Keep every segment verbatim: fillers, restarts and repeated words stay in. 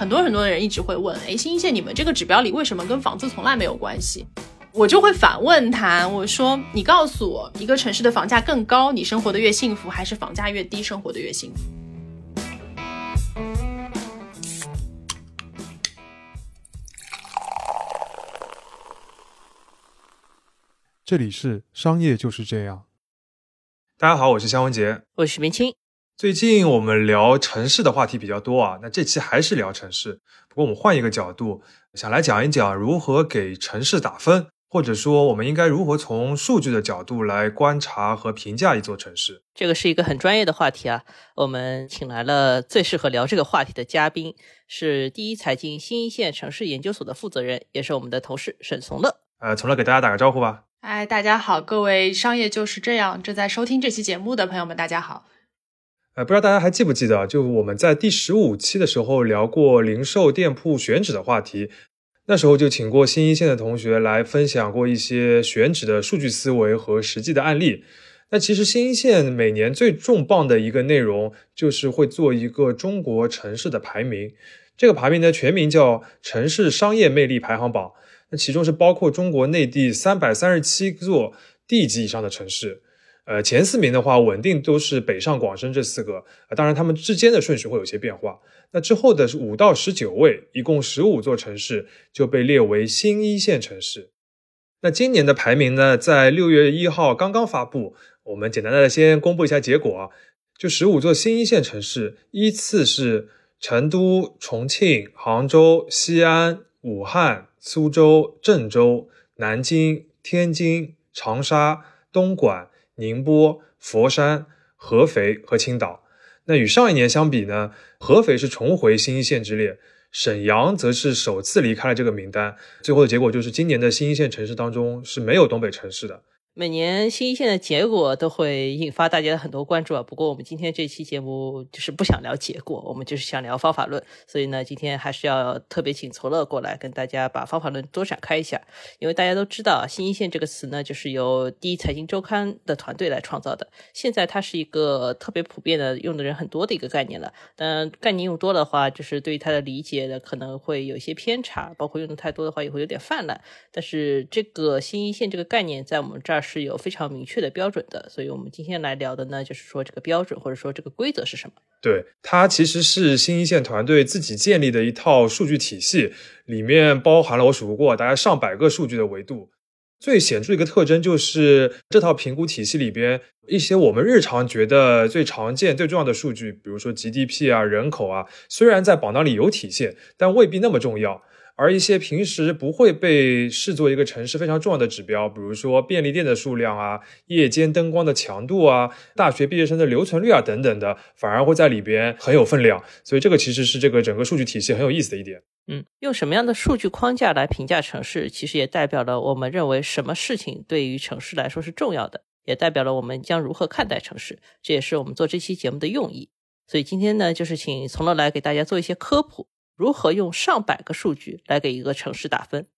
很多很多的人一直会问，诶，新一线你们这个指标里为什么跟房子从来没有关系？我就会反问他，我说你告诉我，一个城市的房价更高，你生活的越幸福，还是房价越低，生活的越幸福？ 这里是商业就是这样。 大家好，我是香文杰， 我是明清。 最近我们聊城市的话题比较多啊，那这期还是聊城市，不过我们换一个角度，想来讲一讲如何给城市打分，或者说我们应该如何从数据的角度来观察和评价一座城市。 这个是一个很专业的话题啊，我们请来了最适合聊这个话题的嘉宾，是第一财经新一线城市研究所的负责人，也是我们的同事沈从乐。 呃，从乐给大家打个招呼吧。 哎，大家好，各位商业就是这样正在收听这期节目的朋友们，大家好。 呃，不知道大家还记不记得，就我们在第十五期的时候聊过零售店铺选址的话题，那时候就请过新一线的同学来分享过一些选址的数据思维和实际的案例。那其实新一线每年最重磅的一个内容就是会做一个中国城市的排名，这个排名的全名叫城市商业魅力排行榜，那其中是包括中国内地三百三十七座地级以上的城市。呃，前四名的话稳定都是北上广深这四个，呃、当然他们之间的顺序会有些变化。那之后的是五到十九位，一共十五座城市就被列为新一线城市。那今年的排名呢，在六月一号刚刚发布，我们简单的先公布一下结果啊。就十五座新一线城市依次是成都、重庆、杭州、西安、武汉、苏州、郑州、南京、天津、长沙、东莞、宁波、佛山、合肥和青岛。那与上一年相比呢，合肥是重回新一线之列，沈阳则是首次离开了这个名单。最后的结果就是今年的新一线城市当中是没有东北城市的。 每年新一线的结果都会引发大家的很多关注啊，不过我们今天这期节目就是不想聊结果，我们就是想聊方法论，所以呢今天还是要特别请从乐过来跟大家把方法论多展开一下。因为大家都知道新一线这个词呢就是由第一财经周刊的团队来创造的，现在它是一个特别普遍的用的人很多的一个概念了，但概念用多的话就是对于它的理解的可能会有一些偏差，包括用的太多的话也会有点泛滥，但是这个新一线这个概念在我们这儿是有非常明确的标准的，所以我们今天来聊的呢就是说这个标准或者说这个规则是什么。 对，它其实是新一线团队自己建立的一套数据体系，里面包含了我数过大概上百个数据的维度。最显著的一个特征就是这套评估体系里边一些我们日常觉得最常见最重要的数据，比如说 G D P 啊、人口啊，虽然在榜单里有体现，但未必那么重要。而一些平时不会被视作一个城市非常重要的指标，比如说便利店的数量啊、夜间灯光的强度啊、大学毕业生的留存率啊等等的，反而会在里边很有分量。所以这个其实是这个整个数据体系很有意思的一点。 嗯，用什么样的数据框架来评价城市，其实也代表了我们认为什么事情对于城市来说是重要的，也代表了我们将如何看待城市，这也是我们做这期节目的用意。所以今天呢，就是请从乐来给大家做一些科普，如何用上百个数据来给一个城市打分。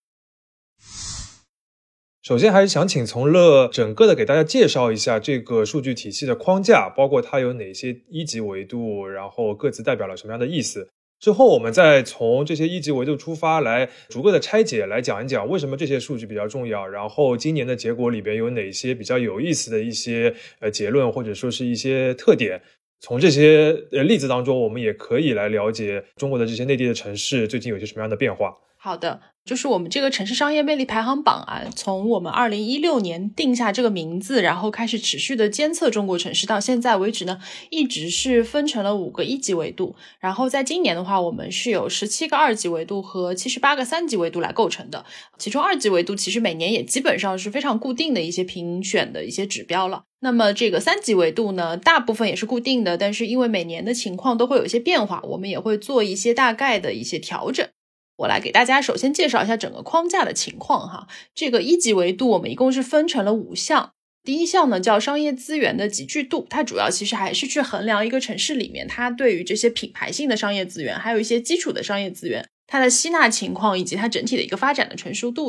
首先还是想请从乐整个的给大家介绍一下这个数据体系的框架，包括它有哪些一级维度，然后各自代表了什么样的意思。之后我们再从这些一级维度出发来逐个的拆解，来讲一讲为什么这些数据比较重要，然后今年的结果里边有哪些比较有意思的一些呃结论或者说是一些特点。从这些呃例子当中，我们也可以来了解中国的这些内地的城市最近有些什么样的变化。 好的，就是我们这个城市商业魅力排行榜啊，从我们二零一六年定下这个名字，然后开始持续的监测中国城市，到现在为止呢，一直是分成了五个一级维度，然后在今年的话，我们是有十七个二级维度和七十八个三级维度来构成的。其中二级维度其实每年也基本上是非常固定的一些评选的一些指标了。那么这个三级维度呢，大部分也是固定的，但是因为每年的情况都会有一些变化，我们也会做一些大概的一些调整。我来给大家首先介绍一下整个框架的情况哈。这个一级维度我们一共是分成了五项。第一项呢叫商业资源的集聚度，它主要其实还是去衡量一个城市里面它对于这些品牌性的商业资源，还有一些基础的商业资源，它的吸纳情况以及它整体的一个发展的成熟度的。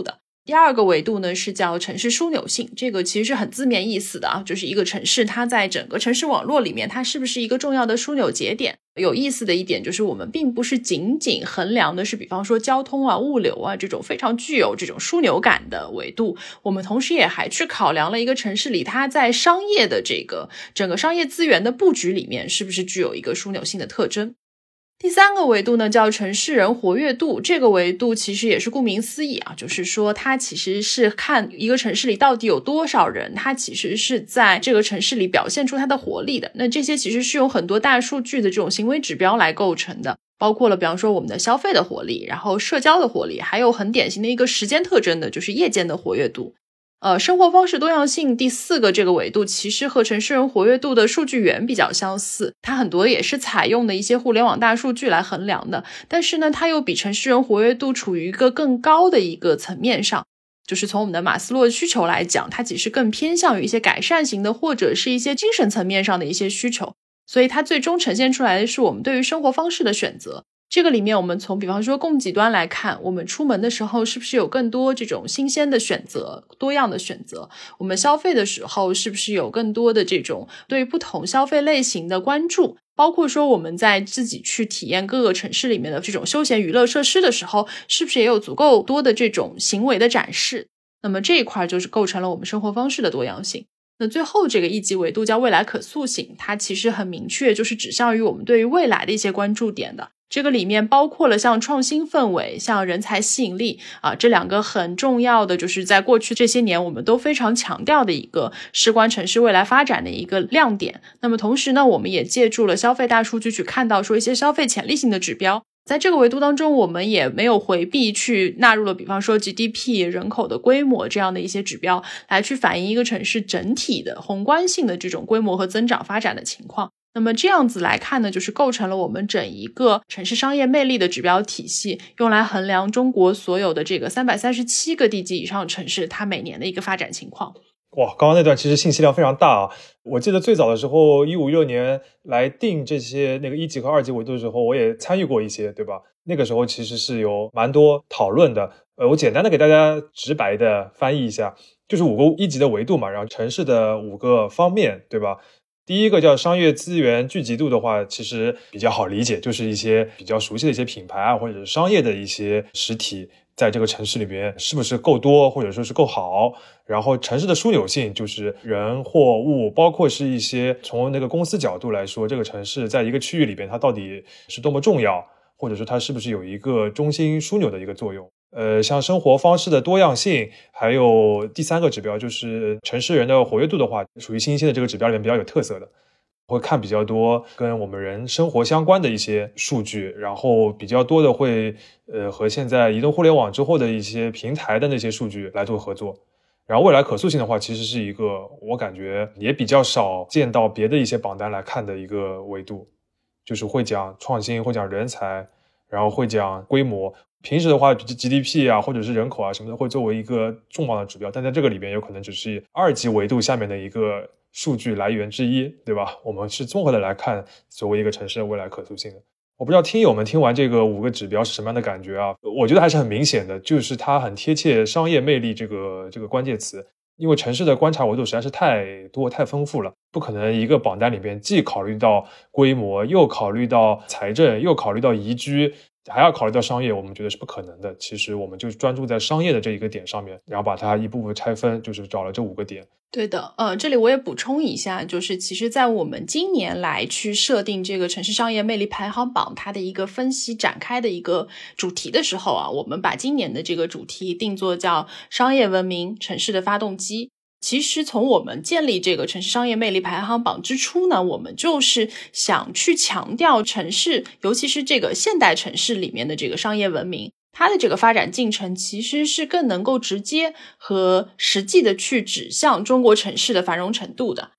第二个维度呢是叫城市枢纽性，这个其实是很字面意思的啊，就是一个城市它在整个城市网络里面它是不是一个重要的枢纽节点。有意思的一点就是我们并不是仅仅衡量的是比方说交通啊物流啊这种非常具有这种枢纽感的维度，我们同时也还去考量了一个城市里它在商业的这个整个商业资源的布局里面是不是具有一个枢纽性的特征。第三个维度呢叫城市人活跃度，这个维度其实也是顾名思义啊，就是说它其实是看一个城市里到底有多少人，它其实是在这个城市里表现出它的活力的。那这些其实是用很多大数据的这种行为指标来构成的，包括了比方说我们的消费的活力，然后社交的活力，还有很典型的一个时间特征的就是夜间的活跃度。呃，生活方式多样性第四个这个维度其实和城市人活跃度的数据源比较相似，它很多也是采用的一些互联网大数据来衡量的，但是呢它又比城市人活跃度处于一个更高的一个层面上，就是从我们的马斯洛需求来讲，它其实更偏向于一些改善型的或者是一些精神层面上的一些需求，所以它最终呈现出来的是我们对于生活方式的选择。这个里面我们从比方说供给端来看，我们出门的时候是不是有更多这种新鲜的选择，多样的选择，我们消费的时候是不是有更多的这种对于不同消费类型的关注，包括说我们在自己去体验各个城市里面的这种休闲娱乐设施的时候，是不是也有足够多的这种行为的展示，那么这一块就是构成了我们生活方式的多样性。那最后这个一级维度叫未来可塑性，它其实很明确就是指向于我们对于未来的一些关注点的，这个里面包括了像创新氛围，像人才吸引力啊，这两个很重要的就是在过去这些年我们都非常强调的一个事关城市未来发展的一个亮点。那么同时呢，我们也借助了消费大数据去看到说一些消费潜力性的指标，在这个维度当中我们也没有回避去纳入了比方说 G D P 人口的规模这样的一些指标，来去反映一个城市整体的宏观性的这种规模和增长发展的情况。那么这样子来看呢，就是构成了我们整一个城市商业魅力的指标体系，用来衡量中国所有的这个三百三十七个地级以上的城市它每年的一个发展情况。 哇，刚刚那段其实信息量非常大啊！我记得最早的时候一五一六年来定这些那个一级和二级维度的时候，我也参与过一些，对吧？那个时候其实是有蛮多讨论的。呃，我简单的给大家直白的翻译一下，就是五个一级的维度嘛，然后城市的五个方面，对吧？第一个叫商业资源聚集度的话，其实比较好理解，就是一些比较熟悉的一些品牌啊，或者是商业的一些实体在这个城市里面是不是够多，或者说是够好。然后城市的枢纽性就是人货物，包括是一些从那个公司角度来说，这个城市在一个区域里边它到底是多么重要，或者说它是不是有一个中心枢纽的一个作用。呃，像生活方式的多样性，还有第三个指标就是城市人的活跃度的话，属于新兴的这个指标里面比较有特色的，会看比较多跟我们人生活相关的一些数据，然后比较多的会呃和现在移动互联网之后的一些平台的那些数据来做合作。然后未来可塑性的话，其实是一个我感觉也比较少见到别的一些榜单来看的一个维度，就是会讲创新，会讲人才，然后会讲规模。平时的话 G D P 啊或者是人口啊什么的会作为一个重要的指标，但在这个里边有可能只是二级维度下面的一个数据来源之一，对吧？我们是综合的来看作为一个城市的未来可塑性的。我不知道听友们听完这个五个指标是什么样的感觉啊？我觉得还是很明显的，就是它很贴切商业魅力这个这个关键词。因为城市的观察维度实在是太多太丰富了，不可能一个榜单里边既考虑到规模，又考虑到财政，又考虑到宜居，还要考虑到商业，我们觉得是不可能的。其实我们就专注在商业的这一个点上面，然后把它一步步拆分，就是找了这五个点。 对的，呃，这里我也补充一下，就是其实在我们今年来去设定这个城市商业魅力排行榜它的一个分析展开的一个主题的时候啊，我们把今年的这个主题定作叫商业文明城市的发动机。其实从我们建立这个城市商业魅力排行榜之初呢，我们就是想去强调城市，尤其是这个现代城市里面的这个商业文明，它的这个发展进程其实是更能够直接和实际的去指向中国城市的繁荣程度的。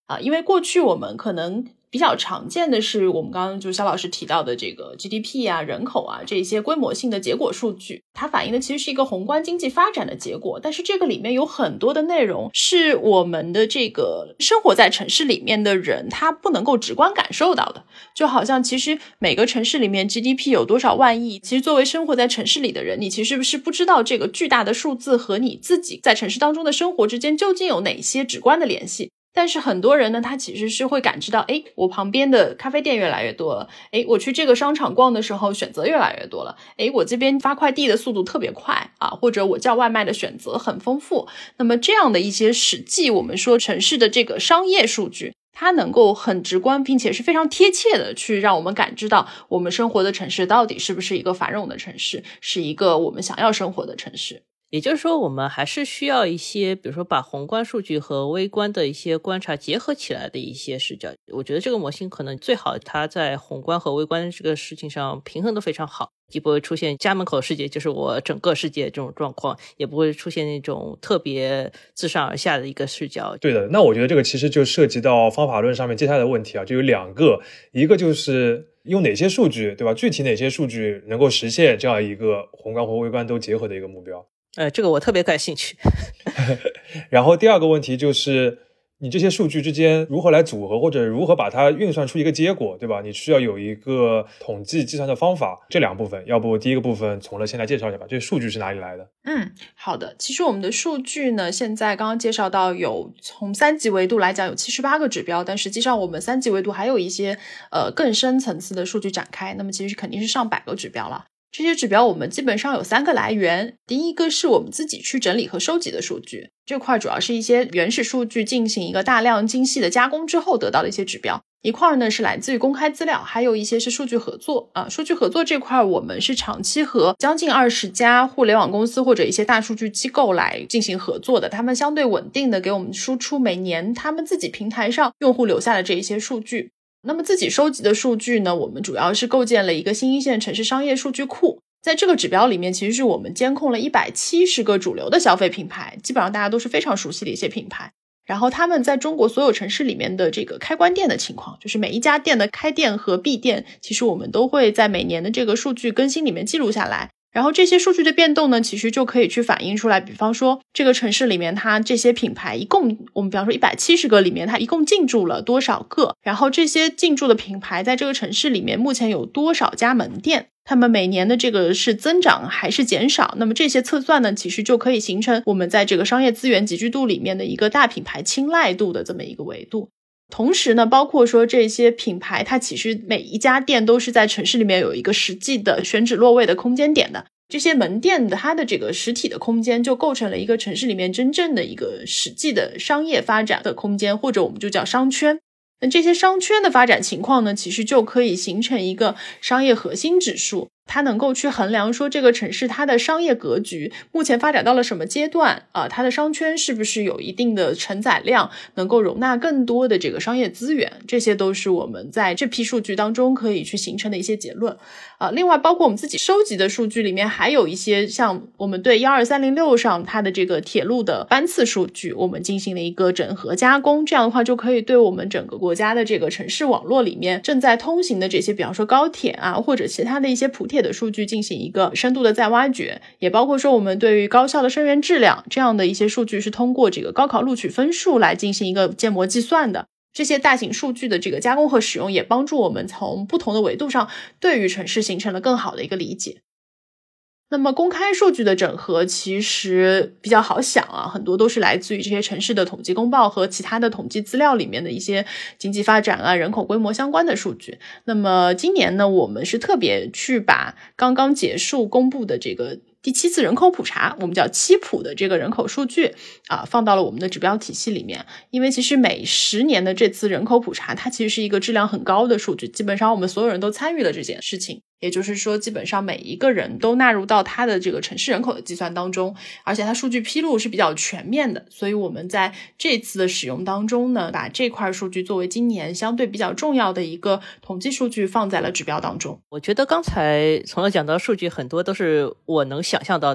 啊，因为过去我们可能比较常见的是我们刚刚就肖老师提到的这个 G D P 啊、人口啊这些规模性的结果数据，它反映的其实是一个宏观经济发展的结果，但是这个里面有很多的内容是我们的这个生活在城市里面的人他不能够直观感受到的。就好像其实每个城市里面 G D P 有多少万亿，其实作为生活在城市里的人，你其实是不知道这个巨大的数字和你自己在城市当中的生活之间究竟有哪些直观的联系。但是很多人呢，他其实是会感知到，诶，我旁边的咖啡店越来越多了，诶，我去这个商场逛的时候选择越来越多了，诶，我这边发快递的速度特别快啊，或者我叫外卖的选择很丰富。那么这样的一些实际我们说城市的这个商业数据，它能够很直观并且是非常贴切的去让我们感知到我们生活的城市到底是不是一个繁荣的城市，是一个我们想要生活的城市。 也就是说我们还是需要一些比如说把宏观数据和微观的一些观察结合起来的一些视角。我觉得这个模型可能最好它在宏观和微观这个事情上平衡得非常好，既不会出现家门口世界就是我整个世界这种状况，也不会出现那种特别自上而下的一个视角。 对的，那我觉得这个其实就涉及到方法论上面接下来的问题啊，就有两个，一个就是用哪些数据，对吧？具体哪些数据能够实现这样一个宏观和微观都结合的一个目标。 呃，这个我特别感兴趣。 然后第二个问题就是你这些数据之间如何来组合，或者如何把它运算出一个结果，对吧？你需要有一个统计计算的方法。这两部分，要不第一个部分从乐先来介绍一下吧，这数据是哪里来的？ 嗯，好的。其实我们的数据呢，现在刚刚介绍到有从三级维度来讲有七十八个指标，但实际上我们三级维度还有一些呃更深层次的数据展开，那么其实肯定是上百个指标了。这些指标我们基本上有三个来源，第一个是我们自己去整理和收集的数据，这块主要是一些原始数据进行一个大量精细的加工之后得到的一些指标，一块呢是来自于公开资料，还有一些是数据合作啊。数据合作这块我们是长期和将近二十家互联网公司或者一些大数据机构来进行合作的，他们相对稳定的给我们输出每年他们自己平台上用户留下的这一些数据。那么自己收集的数据呢，我们主要是构建了一个新一线城市商业数据库，在这个指标里面其实是我们监控了一百七十个主流的消费品牌，基本上大家都是非常熟悉的一些品牌，然后他们在中国所有城市里面的这个开关店的情况，就是每一家店的开店和闭店，其实我们都会在每年的这个数据更新里面记录下来。然后这些数据的变动呢，其实就可以去反映出来，比方说这个城市里面它这些品牌一共，我们比方说一百七十个里面它一共进驻了多少个，然后这些进驻的品牌在这个城市里面目前有多少家门店，他们每年的这个是增长还是减少，那么这些测算呢，其实就可以形成我们在这个商业资源集聚度里面的一个大品牌青睐度的这么一个维度。同时呢，包括说这些品牌它其实每一家店都是在城市里面有一个实际的选址落位的空间点的，这些门店的它的这个实体的空间就构成了一个城市里面真正的一个实际的商业发展的空间，或者我们就叫商圈。那这些商圈的发展情况呢，其实就可以形成一个商业核心指数，它能够去衡量说这个城市它的商业格局目前发展到了什么阶段啊，它的商圈是不是有一定的承载量，能够容纳更多的这个商业资源，这些都是我们在这批数据当中可以去形成的一些结论啊。另外包括我们自己收集的数据里面还有一些像我们对一二三零六上它的这个铁路的班次数据我们进行了一个整合加工，这样的话就可以对我们整个国家的这个城市网络里面正在通行的这些比方说高铁啊或者其他的一些普铁的数据进行一个深度的再挖掘，也包括说我们对于高校的生源质量这样的一些数据是通过这个高考录取分数来进行一个建模计算的。这些大型数据的这个加工和使用也帮助我们从不同的维度上对于城市形成了更好的一个理解。那么公开数据的整合其实比较好想啊，很多都是来自于这些城市的统计公报和其他的统计资料里面的一些经济发展啊、人口规模相关的数据。那么今年呢，我们是特别去把刚刚结束公布的这个第七次人口普查，我们叫七普的这个人口数据啊，放到了我们的指标体系里面。因为其实每十年的这次人口普查，它其实是一个质量很高的数据，基本上我们所有人都参与了这件事情。也就是说基本上每一个人都纳入到他的这个城市人口的计算当中，而且它数据披露是比较全面的，所以我们在这次的使用当中呢，把这块数据作为今年相对比较重要的一个统计数据放在了指标当中。 我觉得刚才从乐讲到数据很多都是我能想象到的，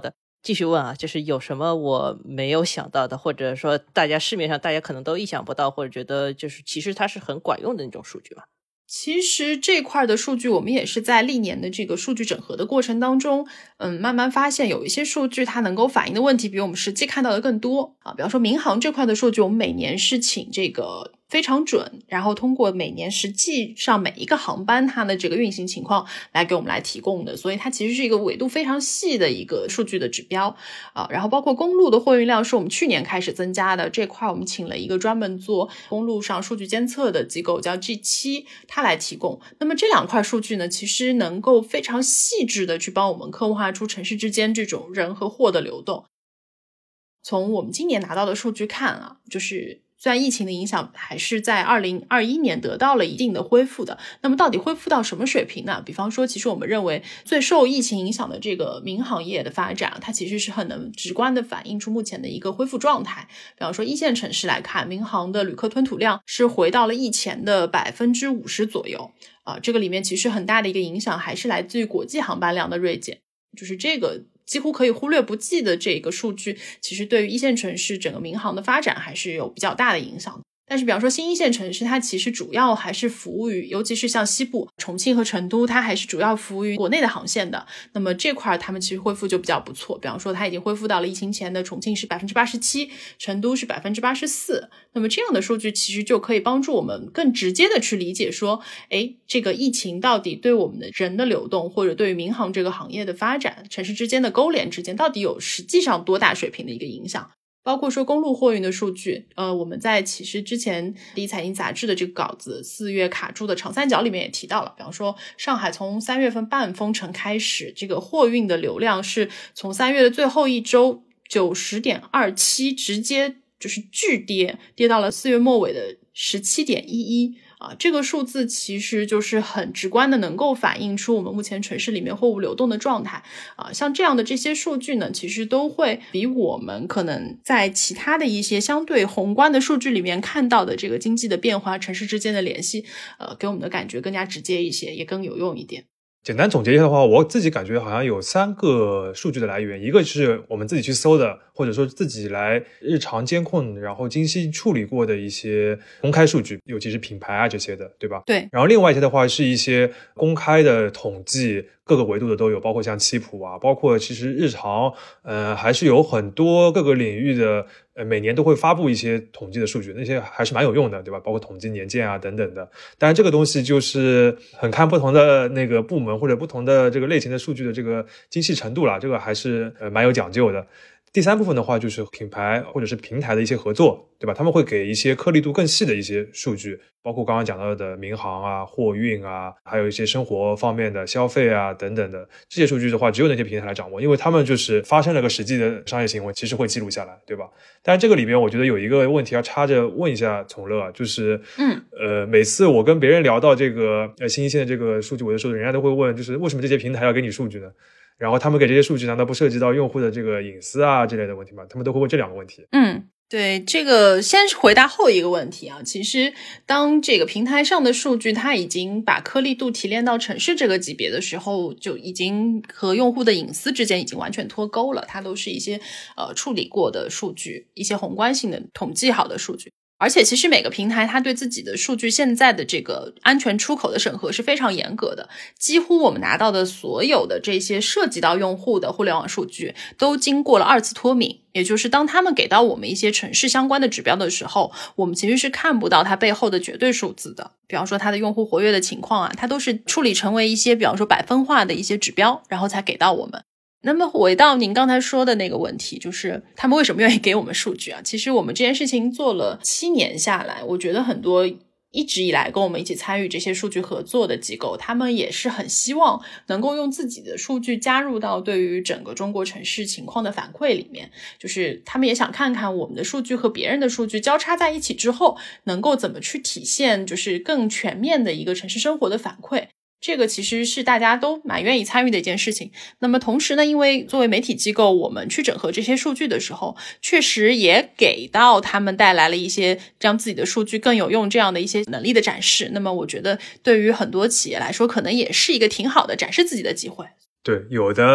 继续问啊，就是有什么我没有想到的，或者说大家市面上大家可能都意想不到，或者觉得就是其实它是很管用的那种数据吗？ 其实这块的数据我们也是在历年的这个数据整合的过程当中，嗯，慢慢发现有一些数据它能够反映的问题比我们实际看到的更多啊。比方说民航这块的数据，我们每年是请这个非常准，然后通过每年实际上每一个航班它的这个运行情况来给我们来提供的，所以它其实是一个纬度非常细的一个数据的指标啊。然后包括公路的货运量是我们去年开始增加的，这块我们请了一个专门做公路上数据监测的机构叫 G 七， 它来提供。那么这两块数据呢，其实能够非常细致的去帮我们刻画出城市之间这种人和货的流动。从我们今年拿到的数据看啊，就是虽然疫情的影响还是在二零二一年得到了一定的恢复的，那么到底恢复到什么水平呢？比方说其实我们认为最受疫情影响的这个民航业的发展，它其实是很能直观的反映出目前的一个恢复状态。比方说一线城市来看，民航的旅客吞吐量是回到了疫前的 百分之五十 左右啊、呃，这个里面其实很大的一个影响还是来自于国际航班量的锐减，就是这个几乎可以忽略不计的这个数据，其实对于一线城市整个民航的发展还是有比较大的影响的。但是比方说新一线城市，它其实主要还是服务于，尤其是像西部重庆和成都，它还是主要服务于国内的航线的，那么这块他们其实恢复就比较不错。比方说它已经恢复到了疫情前的重庆是 百分之八十七， 成都是 百分之八十四， 那么这样的数据其实就可以帮助我们更直接的去理解说，诶，这个疫情到底对我们的人的流动，或者对于民航这个行业的发展，城市之间的勾连之间到底有实际上多大水平的一个影响。包括说公路货运的数据，呃，我们在其实之前第一财经杂志的这个稿子四月卡住的长三角里面也提到了，比方说上海从三月份半封城开始，这个货运的流量是从三月的最后一周 九十点二七 直接就是巨跌，跌到了四月末尾的 十七点一一。啊，这个数字其实就是很直观的能够反映出我们目前城市里面货物流动的状态啊。像这样的这些数据呢，其实都会比我们可能在其他的一些相对宏观的数据里面看到的这个经济的变化、城市之间的联系，呃，给我们的感觉更加直接一些，也更有用一点。 简单总结一下的话，我自己感觉好像有三个数据的来源，一个是我们自己去搜的，或者说自己来日常监控然后精细处理过的一些公开数据，尤其是品牌啊这些的，对吧？ 对。 然后另外一些的话是一些公开的统计，各个维度的都有，包括像七普啊，包括其实日常呃还是有很多各个领域的呃每年都会发布一些统计的数据，那些还是蛮有用的，对吧？包括统计年鉴啊等等的。当然这个东西就是很看不同的那个部门或者不同的这个类型的数据的这个精细程度啦，这个还是呃蛮有讲究的。第三部分的话就是品牌或者是平台的一些合作，对吧？他们会给一些颗粒度更细的一些数据，包括刚刚讲到的民航啊、货运啊，还有一些生活方面的消费啊等等的这些数据的话，只有那些平台来掌握，因为他们就是发生了个实际的商业行为，其实会记录下来，对吧？但是这个里面我觉得有一个问题要插着问一下从乐，就是嗯呃，每次我跟别人聊到这个呃新一线的这个数据的时候，人家都会问，就是为什么这些平台要给你数据呢？然后他们给这些数据难道不涉及到用户的这个隐私啊之类的问题吗？他们都会问这两个问题。 嗯，对，这个先回答后一个问题啊。其实当这个平台上的数据它已经把颗粒度提炼到城市这个级别的时候，就已经和用户的隐私之间已经完全脱钩了，它都是一些呃处理过的数据，一些宏观性的统计好的数据。而且其实每个平台它对自己的数据现在的这个安全出口的审核是非常严格的，几乎我们拿到的所有的这些涉及到用户的互联网数据都经过了二次脱敏，也就是当他们给到我们一些城市相关的指标的时候，我们其实是看不到它背后的绝对数字的，比方说它的用户活跃的情况啊，它都是处理成为一些比方说百分化的一些指标，然后才给到我们。那么回到您刚才说的那个问题，就是他们为什么愿意给我们数据啊？其实我们这件事情做了七年下来，我觉得很多一直以来跟我们一起参与这些数据合作的机构，他们也是很希望能够用自己的数据加入到对于整个中国城市情况的反馈里面，就是他们也想看看我们的数据和别人的数据交叉在一起之后，能够怎么去体现就是更全面的一个城市生活的反馈。这个其实是大家都蛮愿意参与的一件事情。那么同时呢，因为作为媒体机构，我们去整合这些数据的时候，确实也给到他们带来了一些让自己的数据更有用这样的一些能力的展示。那么我觉得对于很多企业来说，可能也是一个挺好的展示自己的机会。 对，有的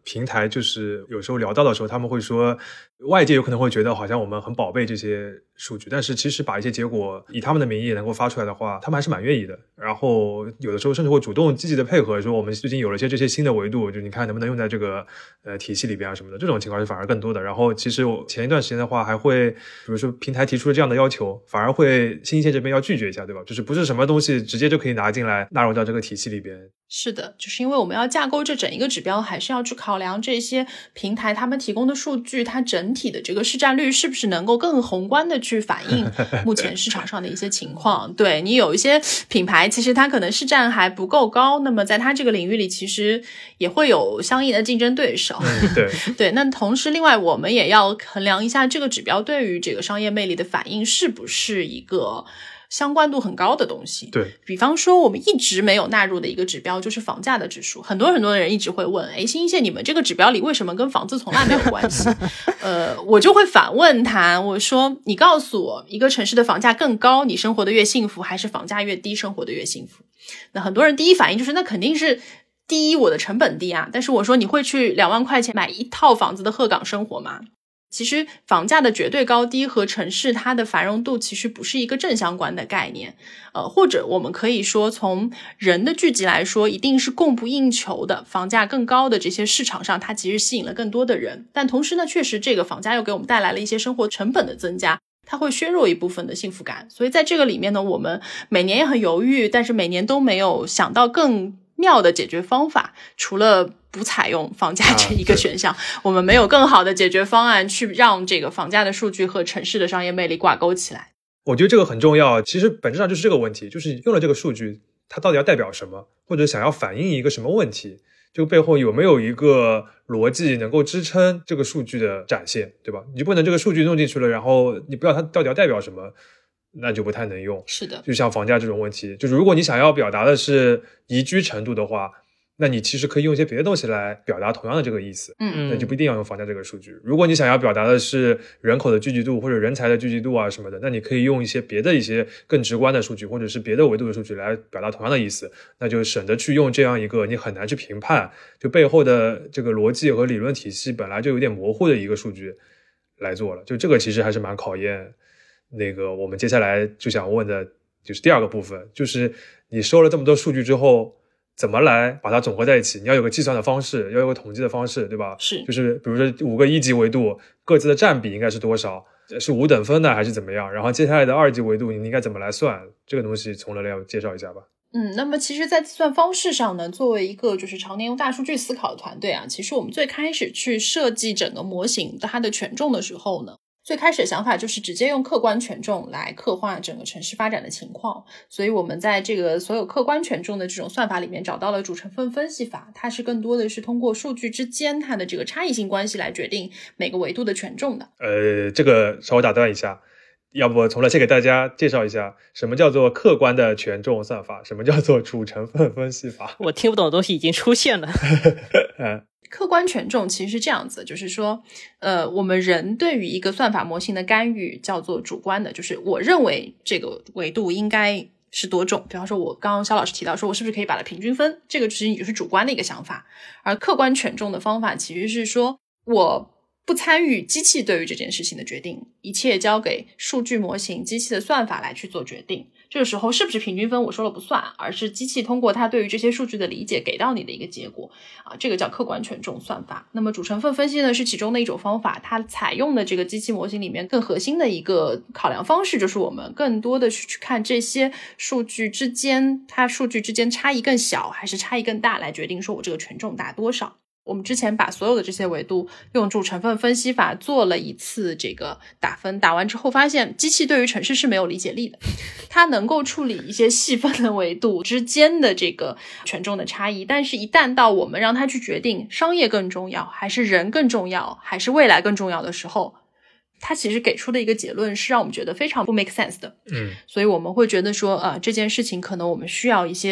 平台就是有时候聊到的时候，他们会说外界有可能会觉得好像我们很宝贝这些数据，但是其实把一些结果以他们的名义能够发出来的话，他们还是蛮愿意的。然后有的时候甚至会主动积极的配合，说我们最近有了一些这些新的维度，就你看能不能用在这个呃体系里边啊什么的，这种情况是反而更多的。然后其实我前一段时间的话还会比如说平台提出了这样的要求，反而会新一线这边要拒绝一下，对吧？就是不是什么东西直接就可以拿进来纳入到这个体系里边。 是的，就是因为我们要架构这整一个指标，还是要去考量这些平台他们提供的数据，它整体的这个市占率是不是能够更宏观的去反映目前市场上的一些情况。对，你有一些品牌其实它可能市占还不够高，那么在它这个领域里其实也会有相应的竞争对手。 嗯、对对，那同时另外我们也要衡量一下这个指标对于这个商业魅力的反应是不是一个相关度很高的东西。 对， 比方说我们一直没有纳入的一个指标就是房价的指数，很多很多人一直会问，诶，新一线你们这个指标里为什么跟房子从来没有关系？呃，我就会反问他，我说你告诉我一个城市的房价更高你生活的越幸福，还是房价越低生活的越幸福？那很多人第一反应就是那肯定是第一我的成本低啊，但是我说你会去两万块钱买一套房子的鹤岗生活吗？其实房价的绝对高低和城市它的繁荣度其实不是一个正相关的概念，呃，或者我们可以说从人的聚集来说，一定是供不应求的，房价更高的这些市场上它其实吸引了更多的人，但同时呢，确实这个房价又给我们带来了一些生活成本的增加，它会削弱一部分的幸福感。所以在这个里面呢，我们每年也很犹豫，但是每年都没有想到更妙的解决方法，除了不采用房价这一个选项、啊、我们没有更好的解决方案去让这个房价的数据和城市的商业魅力挂钩起来。 我觉得这个很重要，其实本质上就是这个问题，就是用了这个数据它到底要代表什么，或者想要反映一个什么问题，这个背后有没有一个逻辑能够支撑这个数据的展现，对吧？你不能这个数据弄进去了，然后你不知道它到底要代表什么，那就不太能用。 是的， 就像房价这种问题，就是如果你想要表达的是宜居程度的话，那你其实可以用一些别的东西来表达同样的这个意思， 嗯， 那就不一定要用房价这个数据。如果你想要表达的是人口的聚集度或者人才的聚集度啊什么的，那你可以用一些别的一些更直观的数据，或者是别的维度的数据来表达同样的意思，那就省得去用这样一个你很难去评判，就背后的这个逻辑和理论体系本来就有点模糊的一个数据来做了。就这个其实还是蛮考验那个我们接下来就想问的就是第二个部分，就是你收了这么多数据之后怎么来把它总合在一起，你要有个计算的方式，要有个统计的方式，对吧？ 是， 就是比如说五个一级维度各自的占比应该是多少，是五等分的还是怎么样，然后接下来的二级维度你应该怎么来算，这个东西从乐乐要介绍一下吧。 嗯，那么其实在计算方式上呢，作为一个就是常年用大数据思考的团队啊，其实我们最开始去设计整个模型它的权重的时候呢，最开始的想法就是直接用客观权重来刻画整个城市发展的情况，所以我们在这个所有客观权重的这种算法里面找到了主成分分析法，它是更多的是通过数据之间它的这个差异性关系来决定每个维度的权重的。 呃，这个稍微打断一下，要不从乐先给大家介绍一下什么叫做客观的权重算法，什么叫做主成分分析法。 我听不懂的东西已经出现了。 嗯客观权重其实是这样子，就是说呃，我们人对于一个算法模型的干预叫做主观的，就是我认为这个维度应该是多重，比方说我刚刚肖老师提到说我是不是可以把它平均分，这个其实也就是主观的一个想法。而客观权重的方法其实是说我不参与机器对于这件事情的决定，一切交给数据模型机器的算法来去做决定。这个时候是不是平均分我说了不算，而是机器通过它对于这些数据的理解给到你的一个结果啊，这个叫客观权重算法。那么主成分分析呢是其中的一种方法，它采用的这个机器模型里面更核心的一个考量方式，就是我们更多的去看这些数据之间，它数据之间差异更小还是差异更大，来决定说我这个权重大多少。我们之前把所有的这些维度用主成分分析法做了一次这个打分，打完之后发现机器对于城市是没有理解力的，它能够处理一些细分的维度之间的这个权重的差异，但是一旦到我们让它去决定商业更重要还是人更重要还是未来更重要的时候，它其实给出的一个结论是让我们觉得非常不 make sense 的。 嗯， 所以我们会觉得说呃，这件事情可能我们需要一些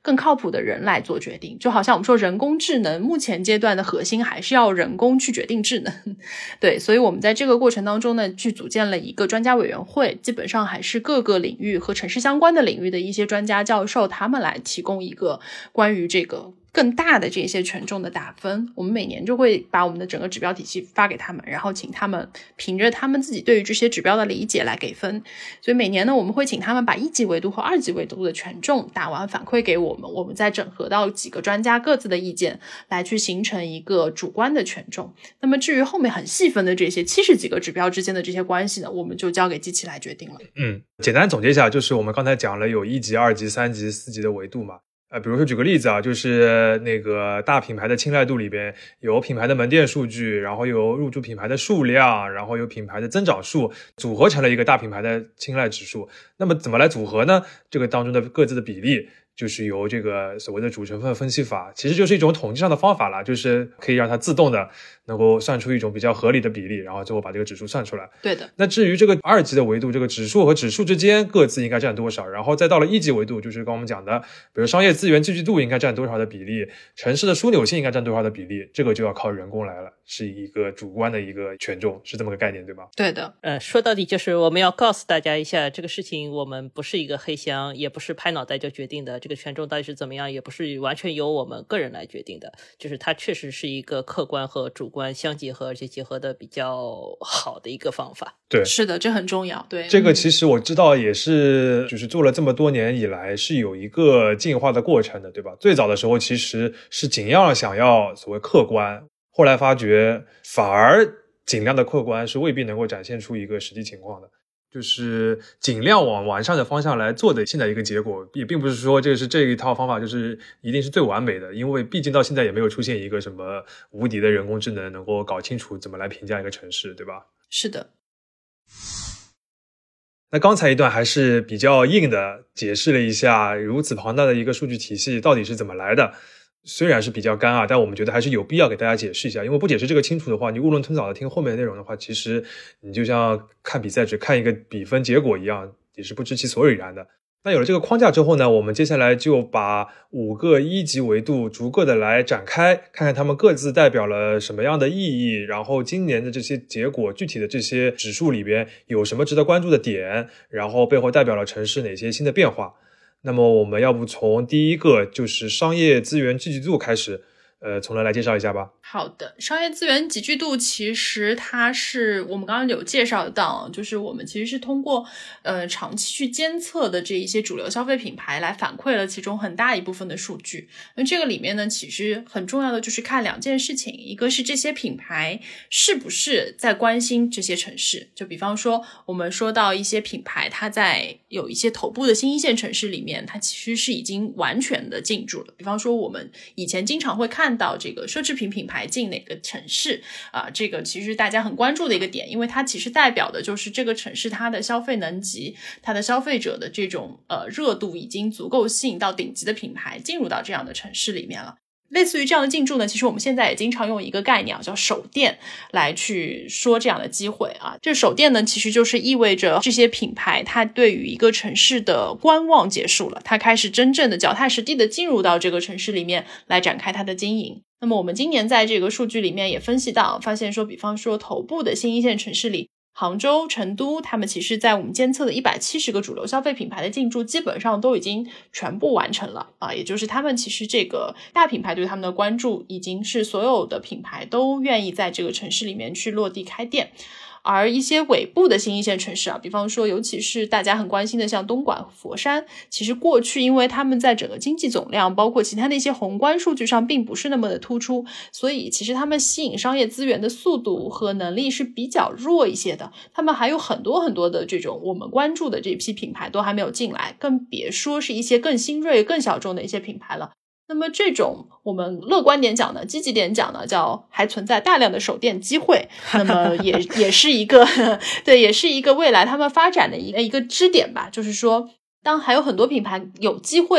更靠谱的人来做决定。就好像我们说人工智能目前阶段的核心还是要人工去决定智能，对，所以我们在这个过程当中呢，去组建了一个专家委员会，基本上还是各个领域和城市相关的领域的一些专家教授，他们来提供一个关于这个更大的这些权重的打分。我们每年就会把我们的整个指标体系发给他们，然后请他们凭着他们自己对于这些指标的理解来给分。所以每年呢，我们会请他们把一级维度和二级维度的权重打完反馈给我们，我们再整合到几个专家各自的意见，来去形成一个主观的权重。那么至于后面很细分的这些七十几个指标之间的这些关系呢，我们就交给机器来决定了。 嗯，简单总结一下，就是我们刚才讲了有一级、二级、三级、四级的维度嘛。呃，比如说举个例子啊，就是那个大品牌的青睐度里边有品牌的门店数据，然后有入驻品牌的数量，然后有品牌的增长数，组合成了一个大品牌的青睐指数。那么怎么来组合呢？这个当中的各自的比例就是由这个所谓的主成分分析法，其实就是一种统计上的方法啦，就是可以让它自动的能够算出一种比较合理的比例，然后最后把这个指数算出来。 对的。 那至于这个二级的维度，这个指数和指数之间各自应该占多少，然后再到了一级维度，就是刚我们讲的，比如商业资源聚集度应该占多少的比例，城市的枢纽性应该占多少的比例，这个就要靠人工来了，是一个主观的一个权重，是这么个概念，对吧？ 对的。 呃，说到底就是我们要告诉大家一下，这个事情我们不是一个黑箱，也不是拍脑袋就决定的，这个权重到底是怎么样，也不是完全由我们个人来决定的，就是它确实是一个客观和主观相结合，而且结合的比较好的一个方法。 对， 是的，这很重要。对， 这个其实我知道也是，就是做了这么多年以来是有一个进化的过程的，对吧？最早的时候其实是尽量想要所谓客观，后来发觉反而尽量的客观是未必能够展现出一个实际情况的。就是尽量往完善的方向来做的现在一个结果，也并不是说这是这一套方法就是一定是最完美的，因为毕竟到现在也没有出现一个什么无敌的人工智能能够搞清楚怎么来评价一个城市，对吧？ 是的。 那刚才一段还是比较硬的解释了一下如此庞大的一个数据体系到底是怎么来的，虽然是比较干啊，但我们觉得还是有必要给大家解释一下，因为不解释这个清楚的话，你囫囵吞枣的听后面的内容的话，其实你就像看比赛只看一个比分结果一样，也是不知其所以然的。那有了这个框架之后呢，我们接下来就把五个一级维度逐个的来展开，看看它们各自代表了什么样的意义，然后今年的这些结果具体的这些指数里边有什么值得关注的点，然后背后代表了城市哪些新的变化。那么我们要不从第一个就是商业资源聚集度开始，呃，从来来介绍一下吧。 好的，商业资源集聚度其实它是我们刚刚有介绍到，就是我们其实是通过呃长期去监测的这一些主流消费品牌来反馈了其中很大一部分的数据。那这个里面呢，其实很重要的就是看两件事情，一个是这些品牌是不是在关心这些城市，就比方说我们说到一些品牌，它在有一些头部的新一线城市里面，它其实是已经完全的进驻了。比方说我们以前经常会看到这个奢侈品品牌进哪个城市啊，这个其实大家很关注的一个点，因为它其实代表的就是这个城市它的消费能级，它的消费者的这种呃热度已经足够吸引到顶级的品牌进入到这样的城市里面了。类似于这样的进驻呢，其实我们现在也经常用一个概念叫首店来去说这样的机会啊。这首店呢，其实就是意味着这些品牌它对于一个城市的观望结束了，它开始真正的脚踏实地的进入到这个城市里面来展开它的经营。那么我们今年在这个数据里面也分析到，发现说比方说头部的新一线城市里，杭州、成都，他们其实在我们监测的一百七十个主流消费品牌的进驻基本上都已经全部完成了啊，也就是他们其实这个大品牌对他们的关注已经是所有的品牌都愿意在这个城市里面去落地开店。而一些尾部的新一线城市啊，比方说尤其是大家很关心的像东莞、佛山，其实过去因为他们在整个经济总量包括其他的一些宏观数据上并不是那么的突出，所以其实他们吸引商业资源的速度和能力是比较弱一些的，他们还有很多很多的这种我们关注的这批品牌都还没有进来，更别说是一些更新锐更小众的一些品牌了。那么这种我们乐观点讲呢，积极点讲呢，叫还存在大量的首店机会，那么也也是一个对，也是一个未来他们发展的一个一个支点吧。就是说当还有很多品牌有机会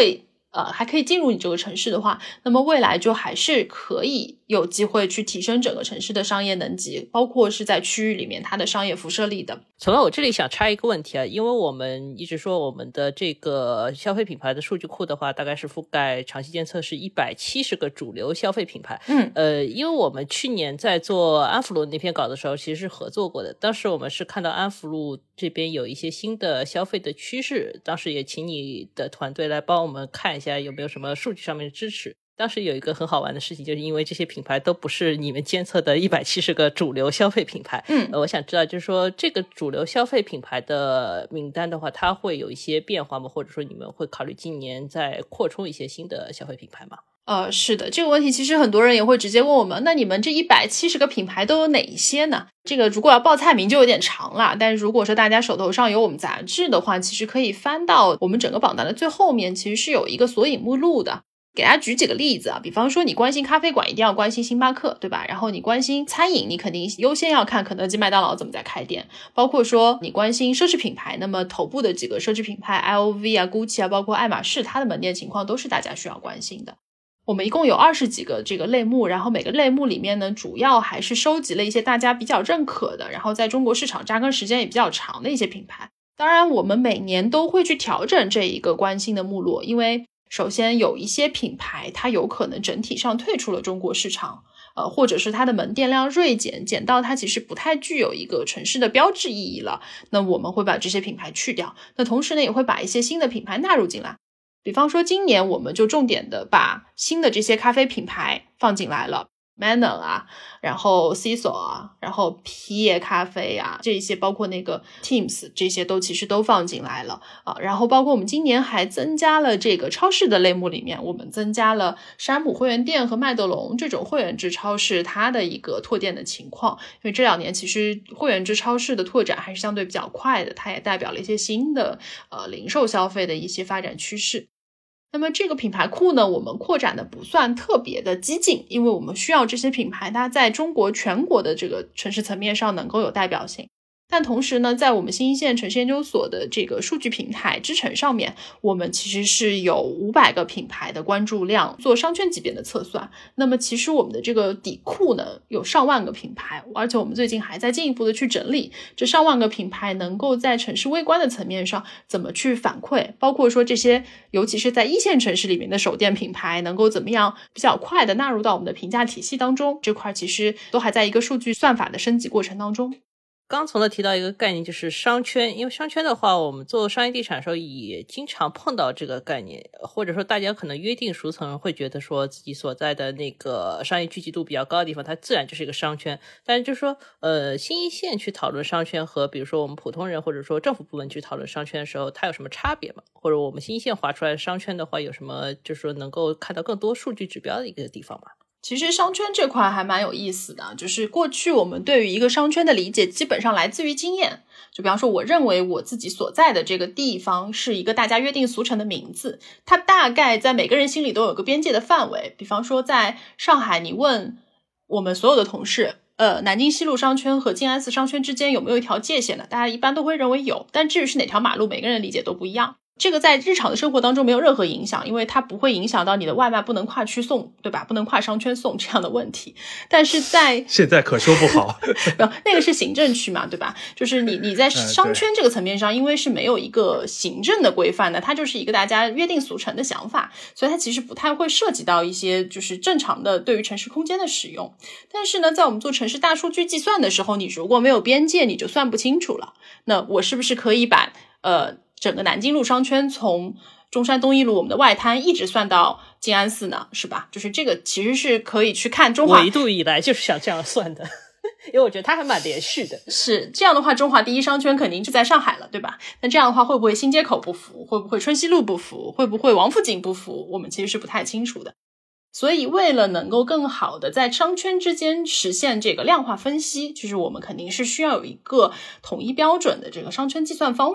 呃，还可以进入你这个城市的话，那么未来就还是可以有机会去提升整个城市的商业能级，包括是在区域里面它的商业辐射力的。 从来我这里想插一个问题啊，因为我们一直说我们的这个消费品牌的数据库的话，大概是覆盖长期监测是一百七十个主流消费品牌。 嗯， 呃，因为我们去年在做安福路那篇稿的时候，其实是合作过的。当时我们是看到安福路这边有一些新的消费的趋势，当时也请你的团队来帮我们看一下有没有什么数据上面的支持。当时有一个很好玩的事情，就是因为这些品牌都不是你们监测的一百七十个主流消费品牌。 嗯， 呃，我想知道就是说这个主流消费品牌的名单的话，它会有一些变化吗？或者说你们会考虑今年再扩充一些新的消费品牌吗？ 呃，是的，这个问题其实很多人也会直接问我们，那你们这一百七十个品牌都有哪一些呢？这个如果要报菜名就有点长了，但是如果说大家手头上有我们杂志的话，其实可以翻到我们整个榜单的最后面，其实是有一个索引目录的。给大家举几个例子啊，比方说你关心咖啡馆一定要关心星巴克，对吧？然后你关心餐饮，你肯定优先要看肯德基麦当劳怎么在开店，包括说你关心奢侈品牌，那么头部的几个奢侈品牌 L V 啊 Gucci 啊，包括爱马仕，它的门店情况都是大家需要关心的。我们一共有二十几个这个类目，然后每个类目里面呢，主要还是收集了一些大家比较认可的，然后在中国市场扎根时间也比较长的一些品牌。当然我们每年都会去调整这一个关心的目录，因为首先有一些品牌它有可能整体上退出了中国市场，呃，或者是它的门店量锐减，减到它其实不太具有一个城市的标志意义了，那我们会把这些品牌去掉。那同时呢，也会把一些新的品牌纳入进来。比方说今年我们就重点的把新的这些咖啡品牌放进来了，Manner 啊，然后 Cecil 啊，然后皮耶咖啡啊，这些包括那个 Teams 这些都其实都放进来了啊。然后包括我们今年还增加了这个超市的类目里面，我们增加了山姆会员店和麦德龙这种会员制超市它的一个拓店的情况，因为这两年其实会员制超市的拓展还是相对比较快的，它也代表了一些新的呃零售消费的一些发展趋势。那么这个品牌库呢，我们扩展的不算特别的激进，因为我们需要这些品牌它在中国全国的这个城市层面上能够有代表性。但同时呢，在我们新一线城市研究所的这个数据平台知城上面，我们其实是有五百个品牌的关注量做商圈级别的测算。那么其实我们的这个底库呢，有上万个品牌，而且我们最近还在进一步的去整理这上万个品牌能够在城市微观的层面上怎么去反馈，包括说这些尤其是在一线城市里面的首店品牌能够怎么样比较快的纳入到我们的评价体系当中，这块其实都还在一个数据算法的升级过程当中。 刚从了提到一个概念，就是商圈。因为商圈的话，我们做商业地产的时候也经常碰到这个概念，或者说大家可能约定俗成会觉得说自己所在的那个商业聚集度比较高的地方，它自然就是一个商圈。但是就是说呃，新一线去讨论商圈和比如说我们普通人或者说政府部门去讨论商圈的时候，它有什么差别吗？或者我们新一线划出来的商圈的话，有什么就是说能够看到更多数据指标的一个地方吗？ 其实商圈这块还蛮有意思的，就是过去我们对于一个商圈的理解基本上来自于经验，就比方说我认为我自己所在的这个地方是一个大家约定俗成的名字，它大概在每个人心里都有个边界的范围。比方说在上海，你问我们所有的同事呃，南京西路商圈和静安寺商圈之间有没有一条界限呢？大家一般都会认为有，但至于是哪条马路，每个人理解都不一样。这个在日常的生活当中没有任何影响，因为它不会影响到你的外卖不能跨区送，对吧？不能跨商圈送这样的问题。但是在现在可说不好那个是行政区嘛，对吧？就是你你在商圈这个层面上，因为是没有一个行政的规范的，它就是一个大家约定俗成的想法，所以它其实不太会涉及到一些就是正常的对于城市空间的使用。但是呢，在我们做城市大数据计算的时候，你如果没有边界，你就算不清楚了。那我是不是可以把呃整个南京路商圈从中山东一路我们的外滩一直算到静安寺呢，是吧？就是这个其实是可以去看中华， 我一度以来就是想这样算的因为我觉得它还蛮连续的。 是这样的话，中华第一商圈肯定就在上海了，对吧？那这样的话，会不会新街口不符？会不会春熙路不符？会不会王府井不符？我们其实是不太清楚的。所以为了能够更好的在商圈之间实现这个量化分析，就是我们肯定是需要有一个统一标准的这个商圈计算方法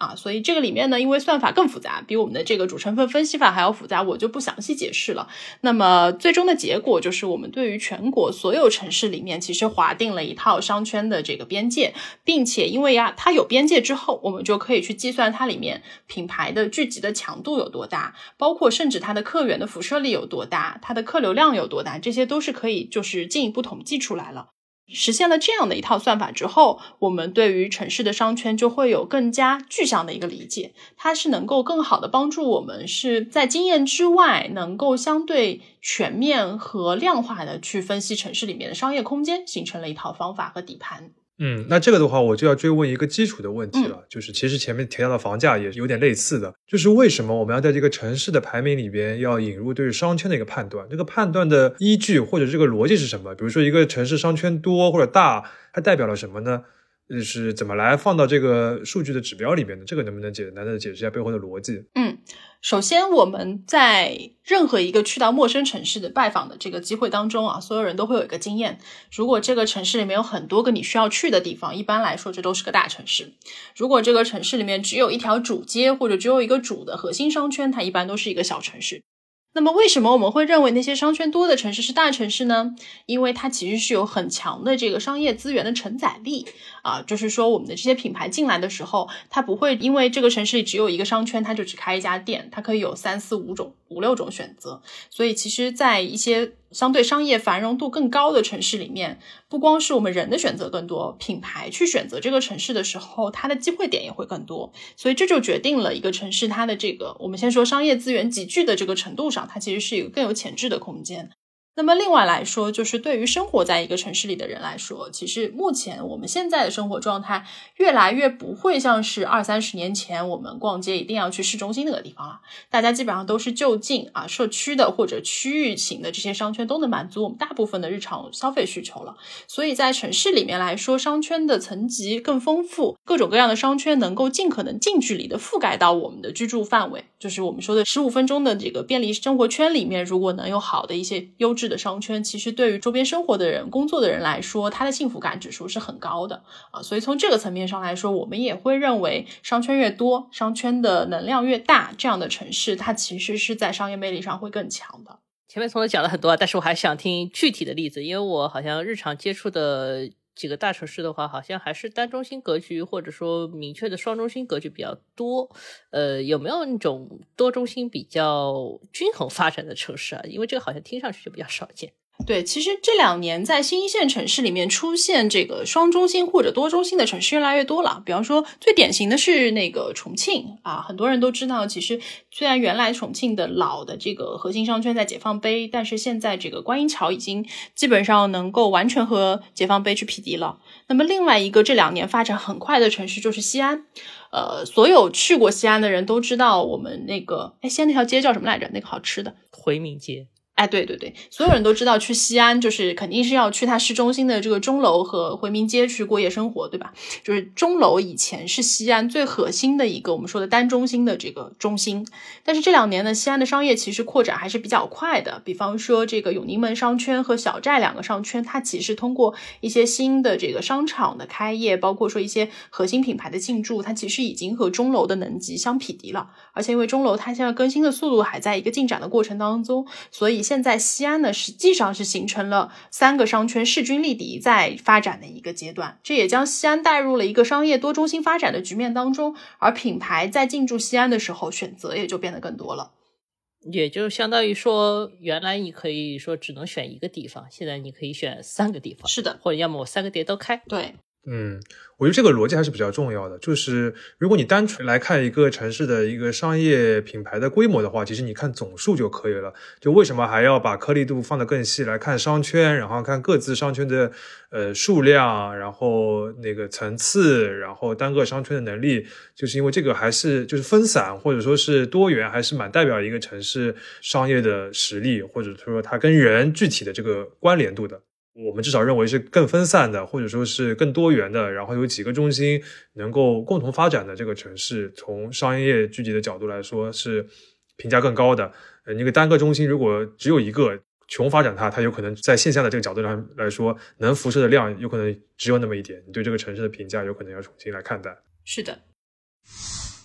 啊，所以这个里面呢，因为算法更复杂，比我们的这个主成分分析法还要复杂，我就不详细解释了。那么最终的结果就是我们对于全国所有城市里面其实划定了一套商圈的这个边界，并且因为呀它有边界之后，我们就可以去计算它里面品牌的聚集的强度有多大，包括甚至它的客源的辐射力有多大，它的客流量有多大，这些都是可以就是进一步统计出来了。实现了这样的一套算法之后，我们对于城市的商圈就会有更加具象的一个理解，它是能够更好的帮助我们是在经验之外能够相对全面和量化的去分析城市里面的商业空间，形成了一套方法和底盘。 嗯，那这个的话我就要追问一个基础的问题了、 嗯、 就是其实前面提到的房价也有点类似的，就是为什么我们要在这个城市的排名里边要引入对商圈的一个判断，这个判断的依据或者这个逻辑是什么？比如说一个城市商圈多或者大，它代表了什么呢？就是怎么来放到这个数据的指标里面的？这个能不能简单的解释一下背后的逻辑？ 嗯，首先我们在任何一个去到陌生城市的拜访的这个机会当中啊，所有人都会有一个经验，如果这个城市里面有很多个你需要去的地方，一般来说这都是个大城市。如果这个城市里面只有一条主街或者只有一个主的核心商圈，它一般都是一个小城市。那么为什么我们会认为那些商圈多的城市是大城市呢？因为它其实是有很强的这个商业资源的承载力啊，就是说我们的这些品牌进来的时候，它不会因为这个城市里只有一个商圈，它就只开一家店，它可以有三四五种五六种选择。所以其实在一些相对商业繁荣度更高的城市里面，不光是我们人的选择更多，品牌去选择这个城市的时候，它的机会点也会更多。所以这就决定了一个城市它的这个我们先说商业资源集聚的这个程度上，它其实是一个更有潜质的空间。那么另外来说，就是对于生活在一个城市里的人来说，其实目前我们现在的生活状态越来越不会像是二三十年前我们逛街一定要去市中心那个地方了，大家基本上都是就近啊社区的或者区域型的这些商圈都能满足我们大部分的日常消费需求了。所以在城市里面来说，商圈的层级更丰富，各种各样的商圈能够尽可能近距离的覆盖到我们的居住范围，就是我们说的十五分钟的这个便利生活圈里面，如果能有好的一些优质的商圈，其实对于周边生活的人工作的人来说，他的幸福感指数是很高的啊。所以从这个层面上来说，我们也会认为商圈越多，商圈的能量越大，这样的城市它其实是在商业魅力上会更强的。 前面从头讲了很多，但是我还想听具体的例子，因为我好像日常接触的几个大城市的话，好像还是单中心格局或者说明确的双中心格局比较多。呃，有没有那种多中心比较均衡发展的城市啊？因为这个好像听上去就比较少见。 对，其实这两年在新一线城市里面出现这个双中心或者多中心的城市越来越多了。比方说最典型的是那个重庆啊，很多人都知道，其实虽然原来重庆的老的这个核心商圈在解放碑，但是现在这个观音桥已经基本上能够完全和解放碑去匹敌了。那么另外一个这两年发展很快的城市就是西安。呃，所有去过西安的人都知道，我们那个哎，西安那条街叫什么来着？那个好吃的回民街。 哎，对对对，所有人都知道去西安就是肯定是要去它市中心的这个钟楼和回民街去过夜生活，对吧？就是钟楼以前是西安最核心的一个我们说的单中心的这个中心，但是这两年呢，西安的商业其实扩展还是比较快的。比方说这个永宁门商圈和小寨两个商圈，它其实通过一些新的这个商场的开业，包括说一些核心品牌的进驻，它其实已经和钟楼的能级相匹敌了。而且因为钟楼它现在更新的速度还在一个进展的过程当中，所以现在西安呢实际上是形成了三个商圈势均力敌在发展的一个阶段，这也将西安带入了一个商业多中心发展的局面当中，而品牌在进驻西安的时候选择也就变得更多了。 也就相当于说，原来你可以说只能选一个地方，现在你可以选三个地方。 是的， 或者要么我三个店都开。 对。 嗯，我觉得这个逻辑还是比较重要的，就是如果你单纯来看一个城市的一个商业品牌的规模的话，其实你看总数就可以了。就为什么还要把颗粒度放得更细来看商圈，然后看各自商圈的呃数量，然后那个层次，然后单个商圈的能力，就是因为这个还是就是分散或者说是多元，还是蛮代表一个城市商业的实力，或者说它跟人具体的这个关联度的。我们至少认为是更分散的，或者说是更多元的，然后有几个中心能够共同发展的这个城市，从商业聚集的角度来说是评价更高的。呃，那个单个中心如果只有一个，穷发展它，它有可能在线下的这个角度上来说，能辐射的量有可能只有那么一点，你对这个城市的评价有可能要重新来看待。 是的。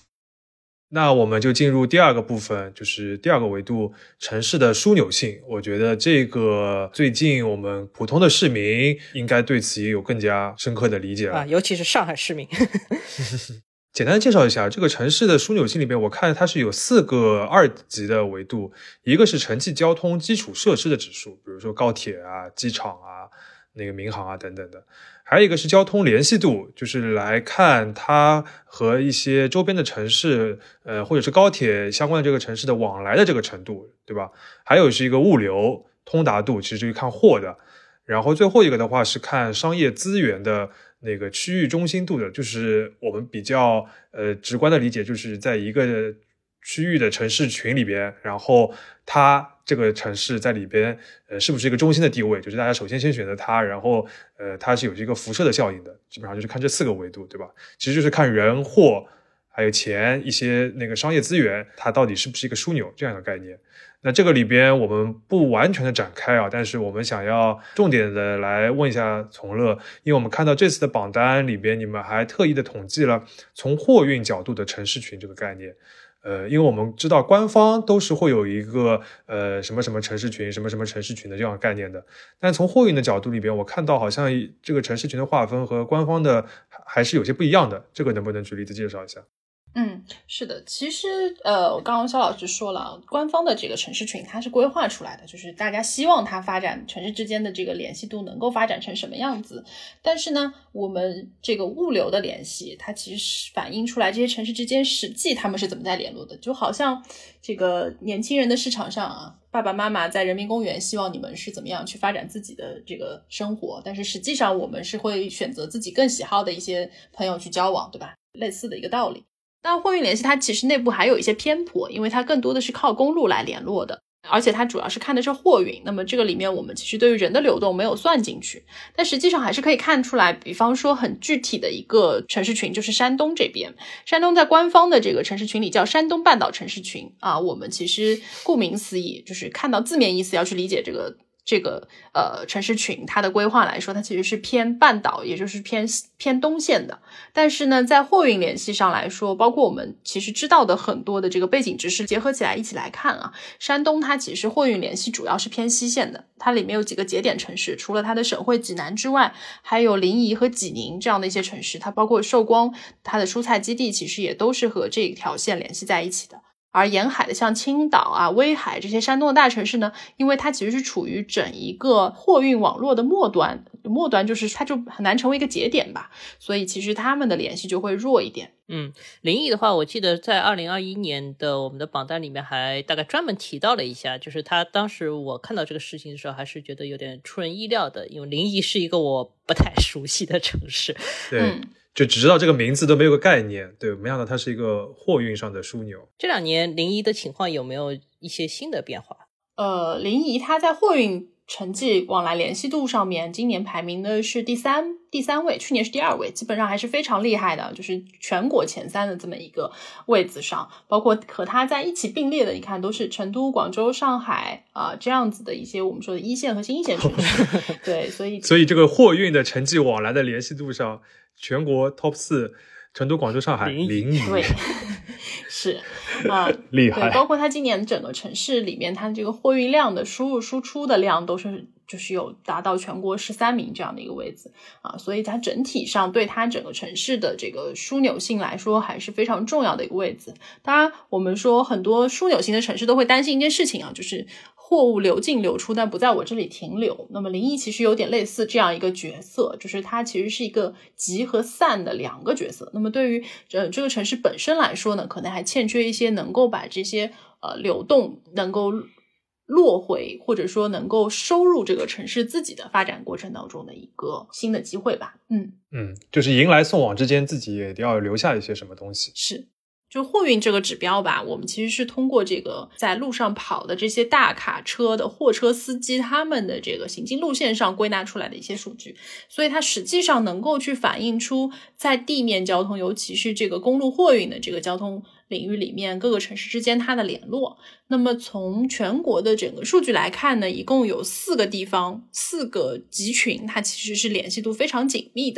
那我们就进入第二个部分，就是第二个维度，城市的枢纽性。我觉得这个最近我们普通的市民应该对此也有更加深刻的理解了， 啊，尤其是上海市民。 简单介绍一下这个城市的枢纽性里面，我看它是有四个二级的维度，一个是城际交通基础设施的指数，比如说高铁啊、机场啊、那个民航啊等等的。还有一个是交通联系度，就是来看它和一些周边的城市，呃，或者是高铁相关的这个城市的往来的这个程度，对吧？还有是一个物流通达度，其实就是看货的。然后最后一个的话是看商业资源的那个区域中心度的，就是我们比较呃直观的理解，就是在一个区域的城市群里边，然后它这个城市在里边呃是不是一个中心的地位，就是大家首先先选择它，然后呃它是有一个辐射的效应的，基本上就是看这四个维度，对吧？其实就是看人货还有钱一些那个商业资源，它到底是不是一个枢纽这样的概念。那这个里边我们不完全的展开啊，但是我们想要重点的来问一下从乐，因为我们看到这次的榜单里边，你们还特意的统计了从货运角度的城市群这个概念。呃，因为我们知道官方都是会有一个呃什么什么城市群、什么什么城市群的这样的概念的，但从货运的角度里边，我看到好像这个城市群的划分和官方的还是有些不一样的，这个能不能举例子介绍一下？ 嗯，是的，其实呃，我刚刚肖老师说了，官方的这个城市群它是规划出来的，就是大家希望它发展城市之间的这个联系度能够发展成什么样子。但是呢，我们这个物流的联系，它其实是反映出来这些城市之间实际他们是怎么在联络的。就好像这个年轻人的市场上啊，爸爸妈妈在人民公园希望你们是怎么样去发展自己的这个生活，但是实际上我们是会选择自己更喜好的一些朋友去交往，对吧？类似的一个道理。但货运联系它其实内部还有一些偏颇，因为它更多的是靠公路来联络的，而且它主要是看的是货运，那么这个里面我们其实对于人的流动没有算进去，但实际上还是可以看出来，比方说很具体的一个城市群就是山东这边，山东在官方的这个城市群里叫山东半岛城市群啊，我们其实顾名思义就是看到字面意思要去理解这个这个呃城市群，它的规划来说，它其实是偏半岛，也就是偏偏东线的。但是呢，在货运联系上来说，包括我们其实知道的很多的这个背景知识结合起来一起来看啊，山东它其实货运联系主要是偏西线的，它里面有几个节点城市，除了它的省会济南之外，还有临沂和济宁这样的一些城市，它包括寿光，它的蔬菜基地其实也都是和这条线联系在一起的。而沿海的像青岛啊、威海这些山东的大城市呢，因为它其实是处于整一个货运网络的末端，末端就是它就很难成为一个节点吧，所以其实他们的联系就会弱一点。 嗯，临沂的话，我记得在二零二一年的我们的榜单里面还大概专门提到了一下，就是他当时我看到这个事情的时候，还是觉得有点出人意料的，因为临沂是一个我不太熟悉的城市。 对。 嗯， 就只知道这个名字都没有个概念，对，没想到它是一个货运上的枢纽。 这两年临沂的情况有没有一些新的变化？ 呃，临沂它在货运城际往来联系度上面，今年排名的是第三第三位，去年是第二位，基本上还是非常厉害的，就是全国前三的这么一个位子上，包括和它在一起并列的，你看都是成都、广州、上海啊、呃、这样子的一些我们说的一线和新一线城市。对，所以所以这个货运的城际往来的联系度上，全国 top 四，成都、广州、上海、临沂， 对，是啊， 厉害。 对，包括它今年整个城市里面，它这个货运量的输入输出的量都是就是有达到全国十三名这样的一个位置啊，所以它整体上对它整个城市的这个枢纽性来说还是非常重要的一个位置。当然，我们说很多枢纽型的城市都会担心一件事情啊，就是货物流进流出，但不在我这里停留。那么临沂其实有点类似这样一个角色，就是它其实是一个集和散的两个角色。那么对于呃这个城市本身来说呢，可能还欠缺一些能够把这些呃流动能够落回，或者说能够收入这个城市自己的发展过程当中的一个新的机会吧。嗯嗯，就是迎来送往之间，自己也要留下一些什么东西。 是。就货运这个指标吧，我们其实是通过这个在路上跑的这些大卡车的货车司机他们的这个行进路线上归纳出来的一些数据，所以它实际上能够去反映出在地面交通，尤其是这个公路货运的这个交通领域里面各个城市之间它的联络。那么从全国的整个数据来看呢，一共有四个地方四个集群它其实是联系度非常紧密的。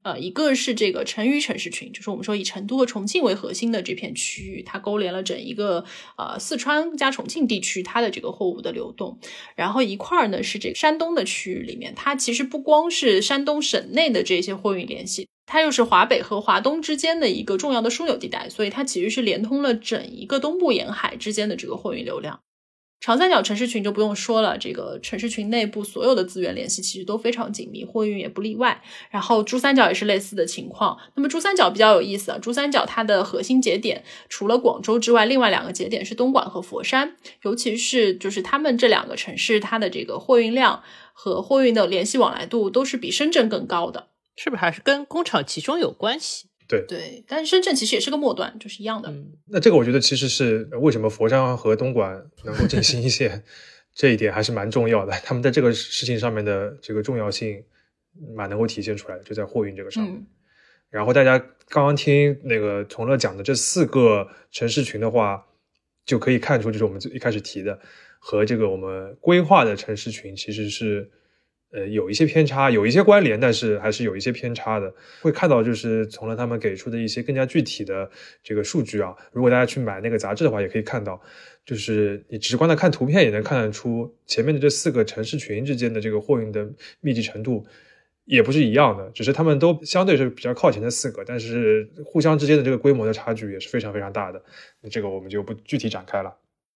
呃，一个是这个成渝城市群，就是我们说以成都和重庆为核心的这片区域，它勾连了整一个呃四川加重庆地区它的这个货物的流动。然后一块呢是这个山东的区域里面，它其实不光是山东省内的这些货运联系，它又是华北和华东之间的一个重要的枢纽地带，所以它其实是连通了整一个东部沿海之间的这个货运流量。长三角城市群就不用说了，这个城市群内部所有的资源联系其实都非常紧密，货运也不例外。然后珠三角也是类似的情况。那么珠三角比较有意思啊，珠三角它的核心节点除了广州之外，另外两个节点是东莞和佛山，尤其是就是他们这两个城市，它的这个货运量和货运的联系往来度都是比深圳更高的。 是不是还是跟工厂集中有关系？ 对对，但是深圳其实也是个末端，就是一样的。 嗯， 那这个我觉得其实是为什么佛山和东莞能够进新一线这一点还是蛮重要的，他们在这个事情上面的这个重要性蛮能够体现出来的，就在货运这个上面。嗯、然后大家刚刚听那个从乐讲的这四个城市群的话，就可以看出就是我们一开始提的和这个我们规划的城市群其实是呃，有一些偏差，有一些关联，但是还是有一些偏差的。会看到就是从了他们给出的一些更加具体的这个数据啊，如果大家去买那个杂志的话，也可以看到，就是你直观的看图片也能看得出前面的这四个城市群之间的这个货运的密集程度也不是一样的，只是他们都相对是比较靠前的四个，但是互相之间的这个规模的差距也是非常非常大的。这个我们就不具体展开了。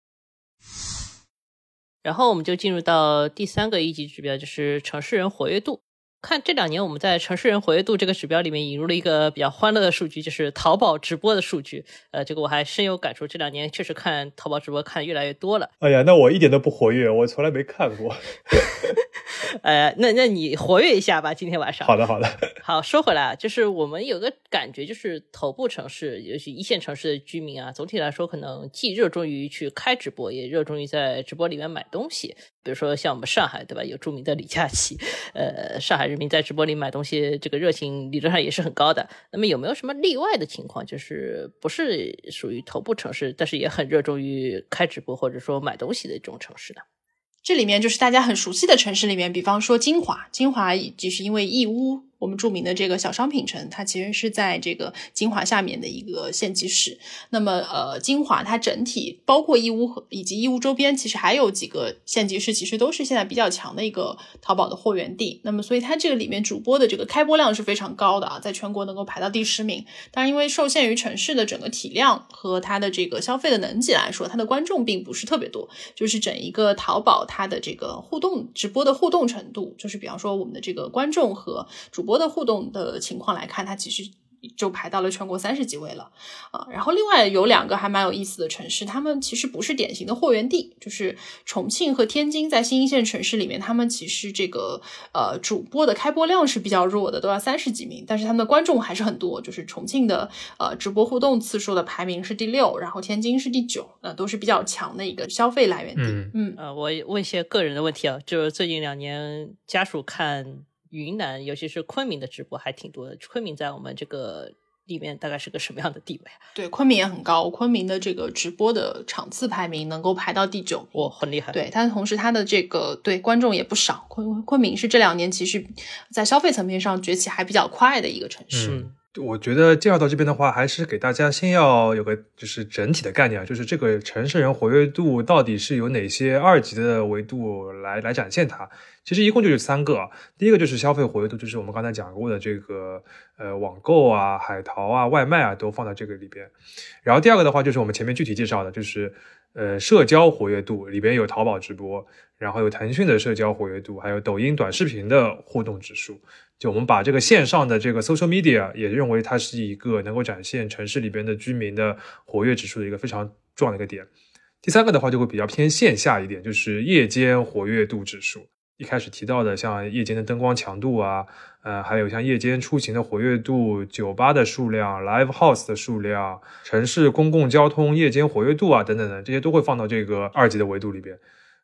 然后我们就进入到第三个一级指标，就是城市人活跃度。看这两年我们在城市人活跃度这个指标里面引入了一个比较欢乐的数据，就是淘宝直播的数据。呃，这个我还深有感触，这两年确实看淘宝直播看越来越多了。 哎呀，那我一点都不活跃，我从来没看过。 呃，那那你活跃一下吧，今天晚上。 好的，好的。 好，说回来啊，就是我们有个感觉，就是头部城市，尤其一线城市的居民啊，总体来说可能既热衷于去开直播，也热衷于在直播里面买东西。比如说像我们上海，对吧？有著名的李佳琦，呃，上海人民在直播里买东西，这个热情理论上也是很高的。那么有没有什么例外的情况，就是不是属于头部城市，但是也很热衷于开直播或者说买东西的这种城市呢？ 这里面就是大家很熟悉的城市里面，比方说金华，金华就是因为义乌，我们著名的这个小商品城，它其实是在这个金华下面的一个县级市。那么呃，金华它整体包括义乌和以及义乌周边，其实还有几个县级市，其实都是现在比较强的一个淘宝的货源地。那么所以它这个里面主播的这个开播量是非常高的啊，在全国能够排到第十名。当然因为受限于城市的整个体量和它的这个消费的能级来说，它的观众并不是特别多，就是整一个淘宝它的这个互动直播的互动程度，就是比方说我们的这个观众和主播的互动的情况来看，它其实就排到了全国三十几位了啊。然后另外有两个还蛮有意思的城市，他们其实不是典型的货源地，就是重庆和天津，在新一线城市里面，他们其实这个呃主播的开播量是比较弱的，都要三十几名，但是他们的观众还是很多。就是重庆的呃直播互动次数的排名是第六，然后天津是第九，那、呃、都是比较强的一个消费来源地。 嗯嗯呃，我问一些个人的问题啊，就是最近两年家属看云南，尤其是昆明的直播还挺多的。昆明在我们这个里面大概是个什么样的地位？ 对，昆明也很高，昆明的这个直播的场次排名能够排到第九， 哇、哦，很厉害。 对，但同时它的这个对观众也不少。昆昆明是这两年其实在消费层面上崛起还比较快的一个城市。 嗯，我觉得介绍到这边的话，还是给大家先要有个就是整体的概念，就是这个城市人活跃度到底是有哪些二级的维度来来展现它。其实一共就是三个，第一个就是消费活跃度，就是我们刚才讲过的这个呃网购啊、海淘啊、外卖啊都放在这个里边。然后第二个的话就是我们前面具体介绍的，就是呃社交活跃度，里边有淘宝直播，然后有腾讯的社交活跃度，还有抖音短视频的互动指数。就我们把这个线上的这个 social media 也认为它是一个能够展现城市里边的居民的活跃指数的一个非常重要的一个点。第三个的话就会比较偏线下一点，就是夜间活跃度指数。一开始提到的像夜间的灯光强度啊，呃，还有像夜间出行的活跃度、酒吧的数量、live house 的数量、城市公共交通夜间活跃度啊等等的，这些都会放到这个二级的维度里边。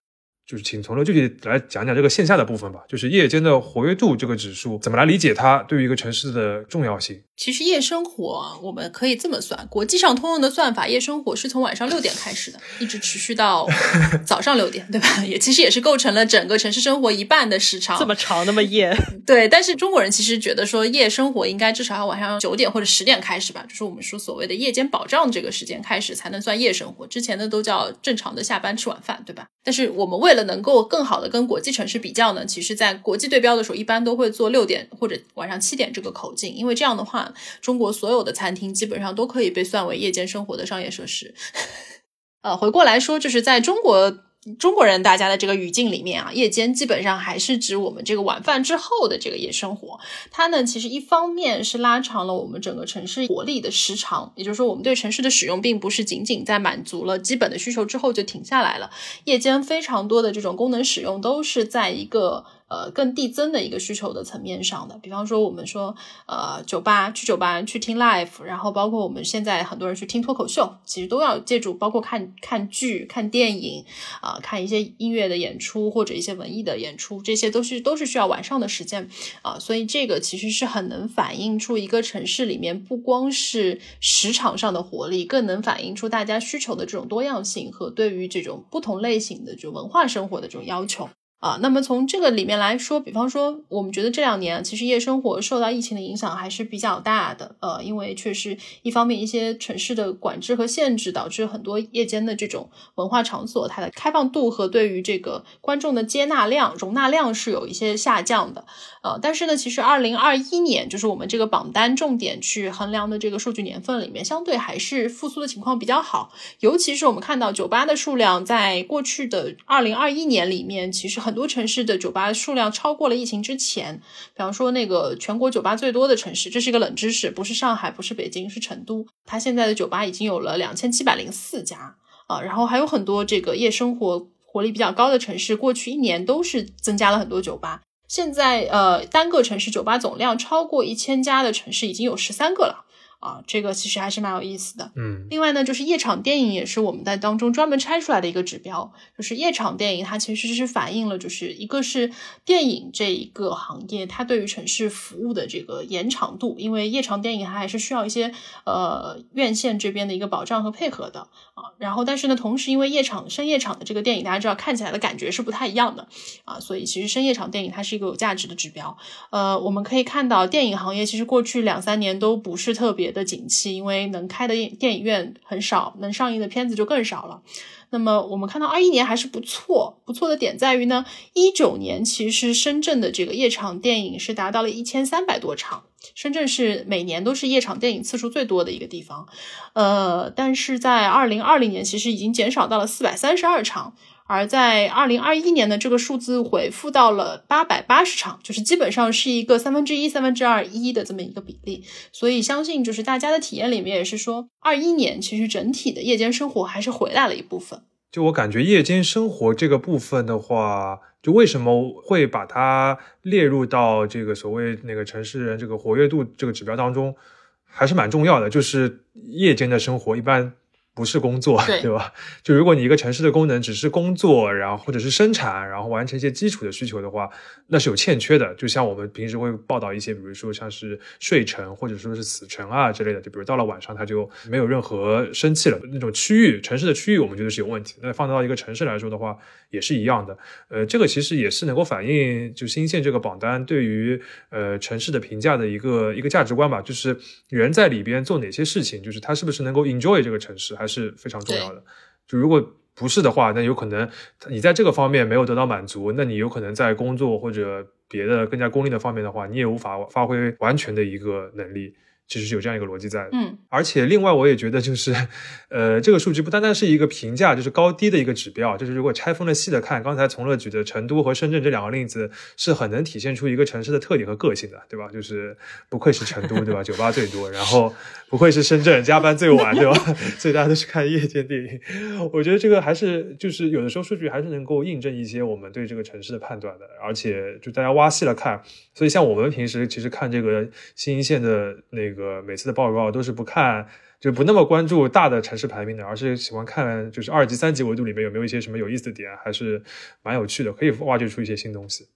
就是请从乐具体来讲讲这个线下的部分吧，就是夜间的活跃度这个指数怎么来理解它对于一个城市的重要性。 其实夜生活我们可以这么算，国际上通用的算法，夜生活是从晚上六点开始的，一直持续到早上六点，对吧？也其实也是构成了整个城市生活一半的时长。 这么长那么夜。 对，但是中国人其实觉得说夜生活应该至少要晚上九点或者十点开始吧，就是我们说所谓的夜间保障这个时间开始才能算夜生活，之前的都叫正常的下班吃晚饭，对吧？但是我们为了能够更好的跟国际城市比较呢，其实在国际对标的时候一般都会做六点或者晚上七点这个口径，因为这样的话中国所有的餐厅基本上都可以被算为夜间生活的商业设施。呃，回过来说，就是在中国中国人大家的这个语境里面啊，夜间基本上还是指我们这个晚饭之后的这个夜生活。它呢其实一方面是拉长了我们整个城市活力的时长，也就是说我们对城市的使用并不是仅仅在满足了基本的需求之后就停下来了，夜间非常多的这种功能使用都是在一个呃，更递增的一个需求的层面上的。比方说我们说呃，酒吧去酒吧去听 live， 然后包括我们现在很多人去听脱口秀，其实都要借助包括看看剧看电影啊、呃，看一些音乐的演出或者一些文艺的演出，这些都是都是需要晚上的时间啊、呃，所以这个其实是很能反映出一个城市里面不光是时长上的活力，更能反映出大家需求的这种多样性和对于这种不同类型的这种文化生活的这种要求。啊，那么从这个里面来说，比方说我们觉得这两年其实夜生活受到疫情的影响还是比较大的，呃，因为确实一方面一些城市的管制和限制导致很多夜间的这种文化场所它的开放度和对于这个观众的接纳量容纳量是有一些下降的。呃，但是呢其实二零二一年就是我们这个榜单重点去衡量的这个数据年份里面，相对还是复苏的情况比较好，尤其是我们看到酒吧的数量在过去的二零二一年里面，其实很多城市的酒吧数量超过了疫情之前。比方说那个全国酒吧最多的城市，这是一个冷知识，不是上海不是北京是成都，它现在的酒吧已经有了两千七百零四家啊，然后还有很多这个夜生活活力比较高的城市，过去一年都是增加了很多酒吧。现在呃，单个城市酒吧总量超过一千家的城市已经有十三个了啊，这个其实还是蛮有意思的。 嗯， 另外呢，就是夜场电影也是我们在当中专门拆出来的一个指标，就是夜场电影它其实是反映了，就是一个是电影这一个行业它对于城市服务的这个延长度，因为夜场电影它还是需要一些呃院线这边的一个保障和配合的啊。然后但是呢，同时因为夜场深夜场的这个电影大家知道看起来的感觉是不太一样的啊，所以其实深夜场电影它是一个有价值的指标。呃，我们可以看到电影行业其实过去两三年都不是特别的景气，因为能开的电影院很少，能上映的片子就更少了。那么我们看到二一年还是不错，不错的点在于呢，一九年其实深圳的这个夜场电影是达到了一千三百多场，深圳是每年都是夜场电影次数最多的一个地方。呃，但是在二零二零年其实已经减少到了四百三十二场。而在二零二一年呢，这个数字回复到了八百八十场，就是基本上是一个三分之一三分之二一的这么一个比例。所以相信就是大家的体验里面也是说，二一年其实整体的夜间生活还是回来了一部分。 就我感觉夜间生活这个部分的话，就为什么会把它列入到这个所谓那个城市人这个活跃度这个指标当中，还是蛮重要的。就是夜间的生活一般不是工作， 对, 对吧？就如果你一个城市的功能只是工作，然后或者是生产，然后完成一些基础的需求的话，那是有欠缺的。就像我们平时会报道一些，比如说像是睡城或者说是死城啊之类的，就比如到了晚上它就没有任何生气了，那种区域城市的区域我们觉得是有问题的。那放到一个城市来说的话也是一样的。呃，这个其实也是能够反映就新县这个榜单对于呃城市的评价的一个一个价值观吧，就是人在里边做哪些事情，就是他是不是能够 enjoy 这个城市还是非常重要的。就如果不是的话，那有可能你在这个方面没有得到满足，那你有可能在工作或者别的更加功利的方面的话，你也无法发挥完全的一个能力。其实是有这样一个逻辑在的。 嗯， 而且另外我也觉得就是呃，这个数据不单单是一个评价，就是高低的一个指标，就是如果拆分了细的看，刚才从乐举的成都和深圳这两个例子是很能体现出一个城市的特点和个性的，对吧？就是不愧是成都，对吧？酒吧最多，然后不愧是深圳，加班最晚，对吧？所以大家都是看夜间电影。我觉得这个还是就是有的时候数据还是能够印证一些我们对这个城市的判断的，而且就大家挖细了看，所以像我们平时其实看这个新一线的那个每次的报告都是不看就不那么关注大的城市排名的，而是喜欢看就是二级三级维度里面有没有一些什么有意思的点，还是蛮有趣的，可以挖掘出一些新东西。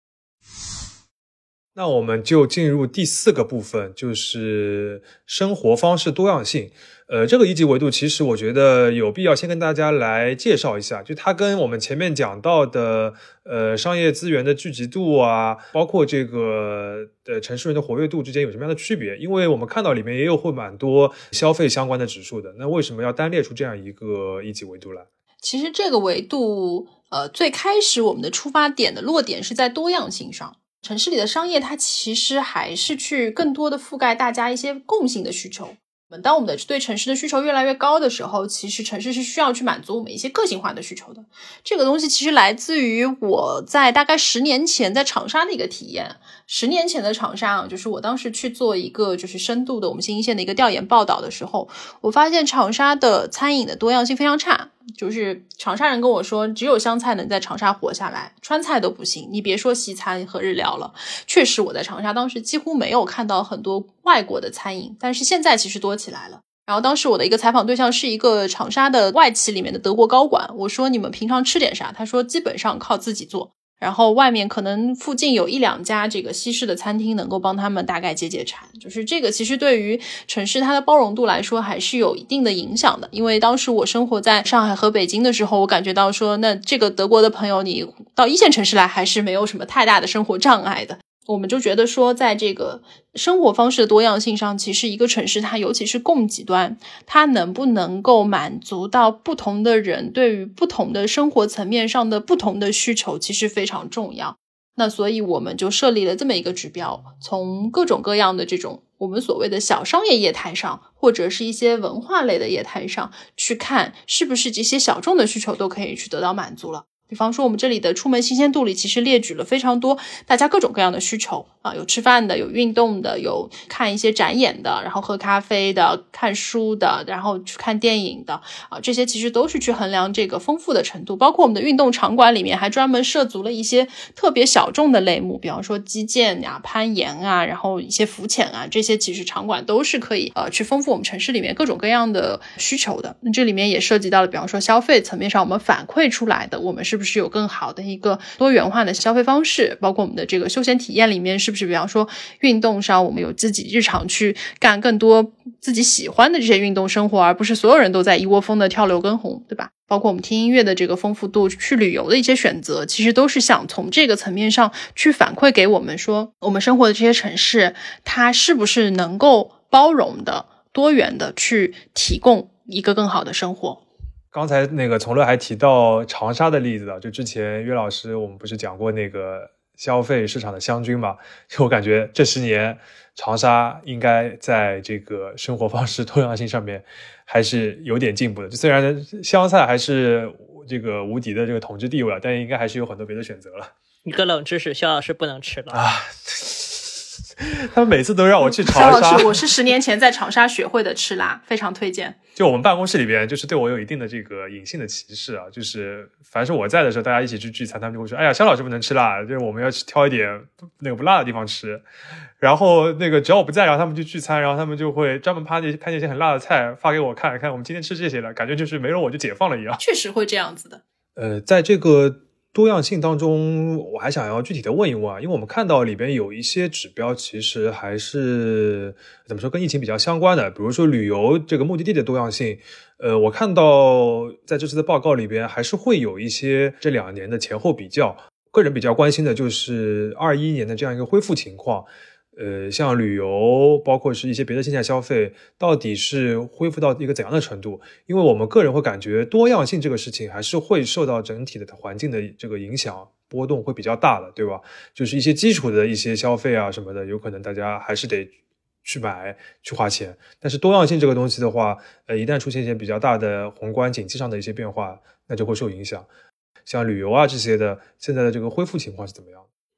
那我们就进入第四个部分，就是生活方式多样性。呃，这个一级维度其实我觉得有必要先跟大家来介绍一下，就它跟我们前面讲到的呃商业资源的聚集度啊，包括这个呃城市人的活跃度之间有什么样的区别。因为我们看到里面也有会蛮多消费相关的指数的，那为什么要单列出这样一个一级维度来？ 其实这个维度呃最开始我们的出发点的落点是在多样性上。城市里的商业它其实还是去更多的覆盖大家一些共性的需求。当我们的对城市的需求越来越高的时候，其实城市是需要去满足我们一些个性化的需求的。这个东西其实来自于我在大概十年前在长沙的一个体验。十年前的长沙，就是我当时去做一个就是深度的我们新一线的一个调研报道的时候，我发现长沙的餐饮的多样性非常差。就是长沙人跟我说，只有湘菜能在长沙活下来，川菜都不行，你别说西餐和日料了。确实我在长沙当时几乎没有看到很多外国的餐饮，但是现在其实多起来了。然后当时我的一个采访对象是一个长沙的外企里面的德国高管，我说你们平常吃点啥？他说基本上靠自己做，然后外面可能附近有一两家这个西式的餐厅能够帮他们大概解解馋。就是这个其实对于城市它的包容度来说还是有一定的影响的。因为当时我生活在上海和北京的时候，我感觉到说那这个德国的朋友你到一线城市来还是没有什么太大的生活障碍的。我们就觉得说在这个生活方式的多样性上，其实一个城市它尤其是供给端，它能不能够满足到不同的人对于不同的生活层面上的不同的需求，其实非常重要。那所以我们就设立了这么一个指标，从各种各样的这种我们所谓的小商业业态上，或者是一些文化类的业态上去看，是不是这些小众的需求都可以去得到满足了。比方说我们这里的出门新鲜度里其实列举了非常多大家各种各样的需求啊，有吃饭的，有运动的，有看一些展演的，然后喝咖啡的，看书的，然后去看电影的啊，这些其实都是去衡量这个丰富的程度。包括我们的运动场馆里面还专门涉足了一些特别小众的类目，比方说击剑啊、攀岩啊，然后一些浮潜啊，这些其实场馆都是可以呃去丰富我们城市里面各种各样的需求的。那这里面也涉及到了比方说消费层面上我们反馈出来的，我们是不是有更好的一个多元化的消费方式，包括我们的这个休闲体验里面是不是比方说运动上我们有自己日常去干更多自己喜欢的这些运动生活，而不是所有人都在一窝蜂的跳刘畊宏，对吧？包括我们听音乐的这个丰富度，去旅游的一些选择，其实都是想从这个层面上去反馈给我们说，我们生活的这些城市它是不是能够包容的多元的去提供一个更好的生活。 刚才那个从乐还提到长沙的例子啊，就之前岳老师我们不是讲过那个消费市场的湘军嘛，就我感觉这十年长沙应该在这个生活方式多样性上面还是有点进步的。就虽然湘菜还是这个无敌的这个统治地位啊，但应该还是有很多别的选择了。 一个冷知识，肖老师不能吃了啊！他们每次都让我去长沙。 肖老师，我是十年前在长沙学会的吃辣，非常推荐。 就我们办公室里边，就是对我有一定的这个隐性的歧视啊，就是凡是我在的时候，大家一起去聚餐，他们就会说：“哎呀，肖老师不能吃辣，就是我们要去挑一点那个不辣的地方吃。”然后那个只要我不在，然后他们就聚餐，然后他们就会专门拍那些拍那些很辣的菜发给我看，看我们今天吃这些了，感觉就是没了我就解放了一样。 确实会这样子的。 呃，在这个多样性当中，我还想要具体的问一问啊，因为我们看到里边有一些指标其实还是怎么说跟疫情比较相关的，比如说旅游这个目的地的多样性。呃，我看到在这次的报告里边还是会有一些这两年的前后比较，个人比较关心的就是二一年的这样一个恢复情况。呃，像旅游，包括是一些别的线下消费，到底是恢复到一个怎样的程度？因为我们个人会感觉多样性这个事情还是会受到整体的环境的这个影响，波动会比较大的，对吧？就是一些基础的一些消费啊什么的，有可能大家还是得去买去花钱。但是多样性这个东西的话，呃，一旦出现一些比较大的宏观经济上的一些变化，那就会受影响。像旅游啊这些的，现在的这个恢复情况是怎么样？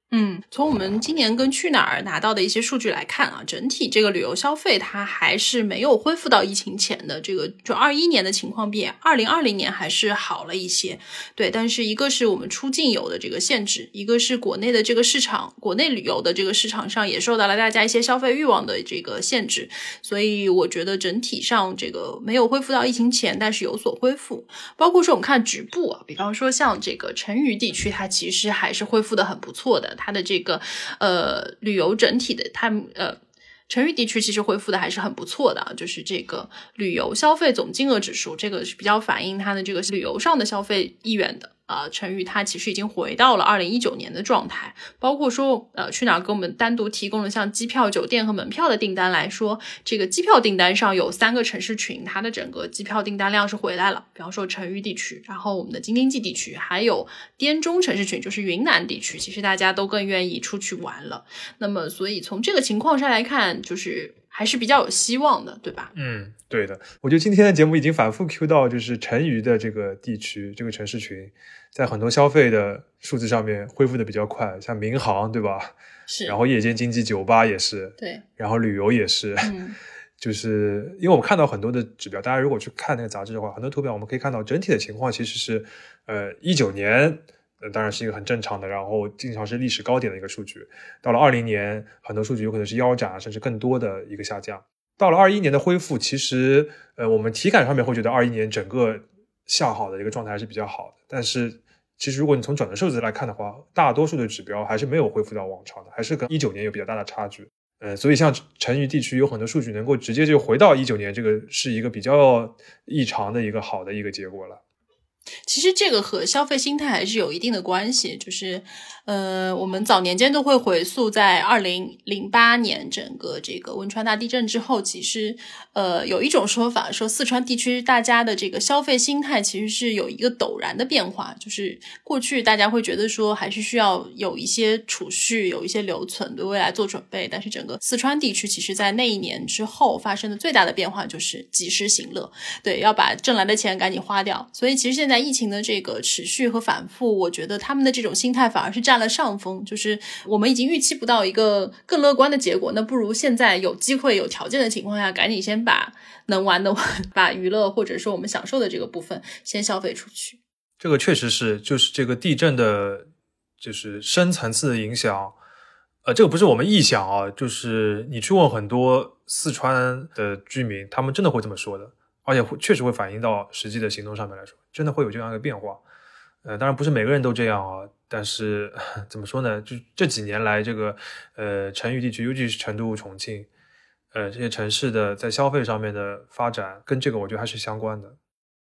嗯，从我们今年跟去哪儿拿到的一些数据来看啊，整体这个旅游消费它还是没有恢复到疫情前的这个，就二一年的情况比二零二零年还是好了一些。对，但是一个是我们出境游的这个限制，一个是国内的这个市场，国内旅游的这个市场上也受到了大家一些消费欲望的这个限制，所以我觉得整体上这个没有恢复到疫情前，但是有所恢复。包括说我们看局部啊，比方说像这个成渝地区，它其实还是恢复的很不错的。它的这个呃旅游整体的它呃成渝地区其实恢复的还是很不错的，就是这个旅游消费总金额指数，这个是比较反映它的这个旅游上的消费意愿的。呃，成渝它其实已经回到了二零一九年的状态，包括说呃去哪儿给我们单独提供了像机票、酒店和门票的订单来说，这个机票订单上有三个城市群，它的整个机票订单量是回来了，比方说成渝地区，然后我们的京津冀地区，还有滇中城市群，就是云南地区，其实大家都更愿意出去玩了。那么所以从这个情况上来看，就是还是比较有希望的，对吧？ 嗯，对的。我觉得今天的节目已经反复 Q 到就是成渝的这个地区，这个城市群在很多消费的数字上面恢复的比较快，像民航对吧？ 是。 然后夜间经济酒吧也是， 对。然后旅游也是， 嗯， 就是因为我们看到很多的指标，大家如果去看那个杂志的话，很多图表我们可以看到整体的情况其实是，呃，一九年。呃，当然是一个很正常的，然后经常是历史高点的一个数据。到了二零年，很多数据有可能是腰斩，甚至更多的一个下降。到了二一年的恢复，其实呃，我们体感上面会觉得二一年整个向好的一个状态还是比较好的。但是其实如果你从整个数字来看的话，大多数的指标还是没有恢复到往常的，还是跟一九年有比较大的差距。呃，所以像成渝地区有很多数据能够直接就回到一九年，这个是一个比较异常的一个好的一个结果了。 其实这个和消费心态还是有一定的关系，就是呃，我们早年间都会回溯在二零零八年整个这个汶川大地震之后，其实呃有一种说法说四川地区大家的这个消费心态其实是有一个陡然的变化，就是过去大家会觉得说还是需要有一些储蓄，有一些留存，对未来做准备，但是整个四川地区其实在那一年之后发生的最大的变化就是及时行乐，对，要把挣来的钱赶紧花掉。所以其实现在疫情的这个持续和反复，我觉得他们的这种心态反而是占了上风，就是我们已经预期不到一个更乐观的结果，那不如现在有机会有条件的情况下，赶紧先把能玩的玩，把娱乐或者说我们享受的这个部分先消费出去。 这个确实是，就是这个地震的就是深层次的影响，呃，这个不是我们臆想啊，就是你去问很多四川的居民，他们真的会这么说的，而且会确实会反映到实际的行动上面来说，真的会有这样一个变化。呃，当然不是每个人都这样啊，但是怎么说呢？就这几年来，这个呃成渝地区，尤其是成都、重庆，呃这些城市的在消费上面的发展，跟这个我觉得还是相关的。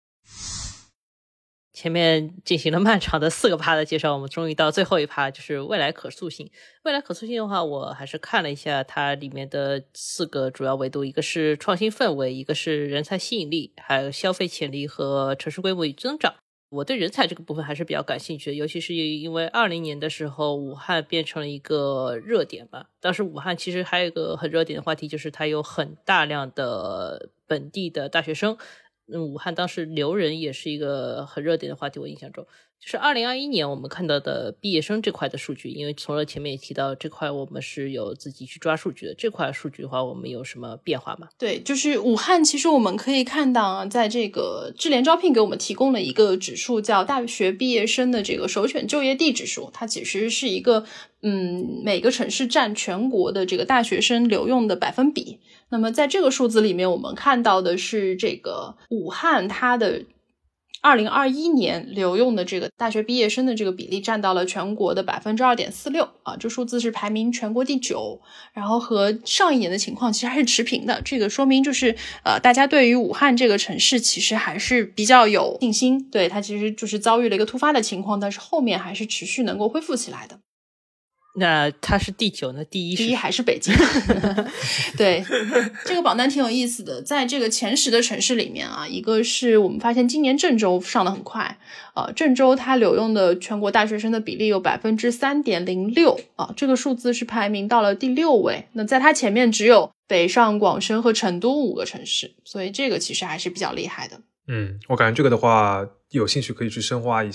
前面进行了漫长的四个趴的介绍，我们终于到最后一趴，就是未来可塑性。未来可塑性的话，我还是看了一下它里面的四个主要维度，一个是创新氛围，一个是人才吸引力，还有消费潜力和城市规模与增长。我对人才这个部分还是比较感兴趣的，尤其是因为二零年的时候武汉变成了一个热点吧。当时武汉其实还有一个很热点的话题，就是它有很大量的本地的大学生。嗯，武汉当时留人也是一个很热点的话题，我印象中就是二零二一年我们看到的毕业生这块的数据，因为从了前面也提到这块我们是有自己去抓数据的，这块数据的话我们有什么变化吗？ 对，就是武汉其实我们可以看到啊，在这个智联招聘给我们提供了一个指数叫大学毕业生的这个首选就业地指数，它其实是一个嗯每个城市占全国的这个大学生留用的百分比。那么在这个数字里面，我们看到的是这个武汉它的二零二一年留用的这个大学毕业生的这个比例占到了全国的 百分之二点四六 啊，这数字是排名全国第九，然后和上一年的情况其实还是持平的。这个说明就是呃，大家对于武汉这个城市其实还是比较有信心，对，它其实就是遭遇了一个突发的情况，但是后面还是持续能够恢复起来的。 那它是第九呢？第一是第一还是北京？对，这个榜单挺有意思的。在这个前十的城市里面啊，一个是我们发现今年郑州上得很快，呃，郑州它留用的全国大学生的比例有 百分之三点零六 啊，这个数字是排名到了第六位。那在它前面只有北上广深和成都五个城市，所以这个其实还是比较厉害的。 嗯，我感觉这个的话有兴趣可以去深挖一下。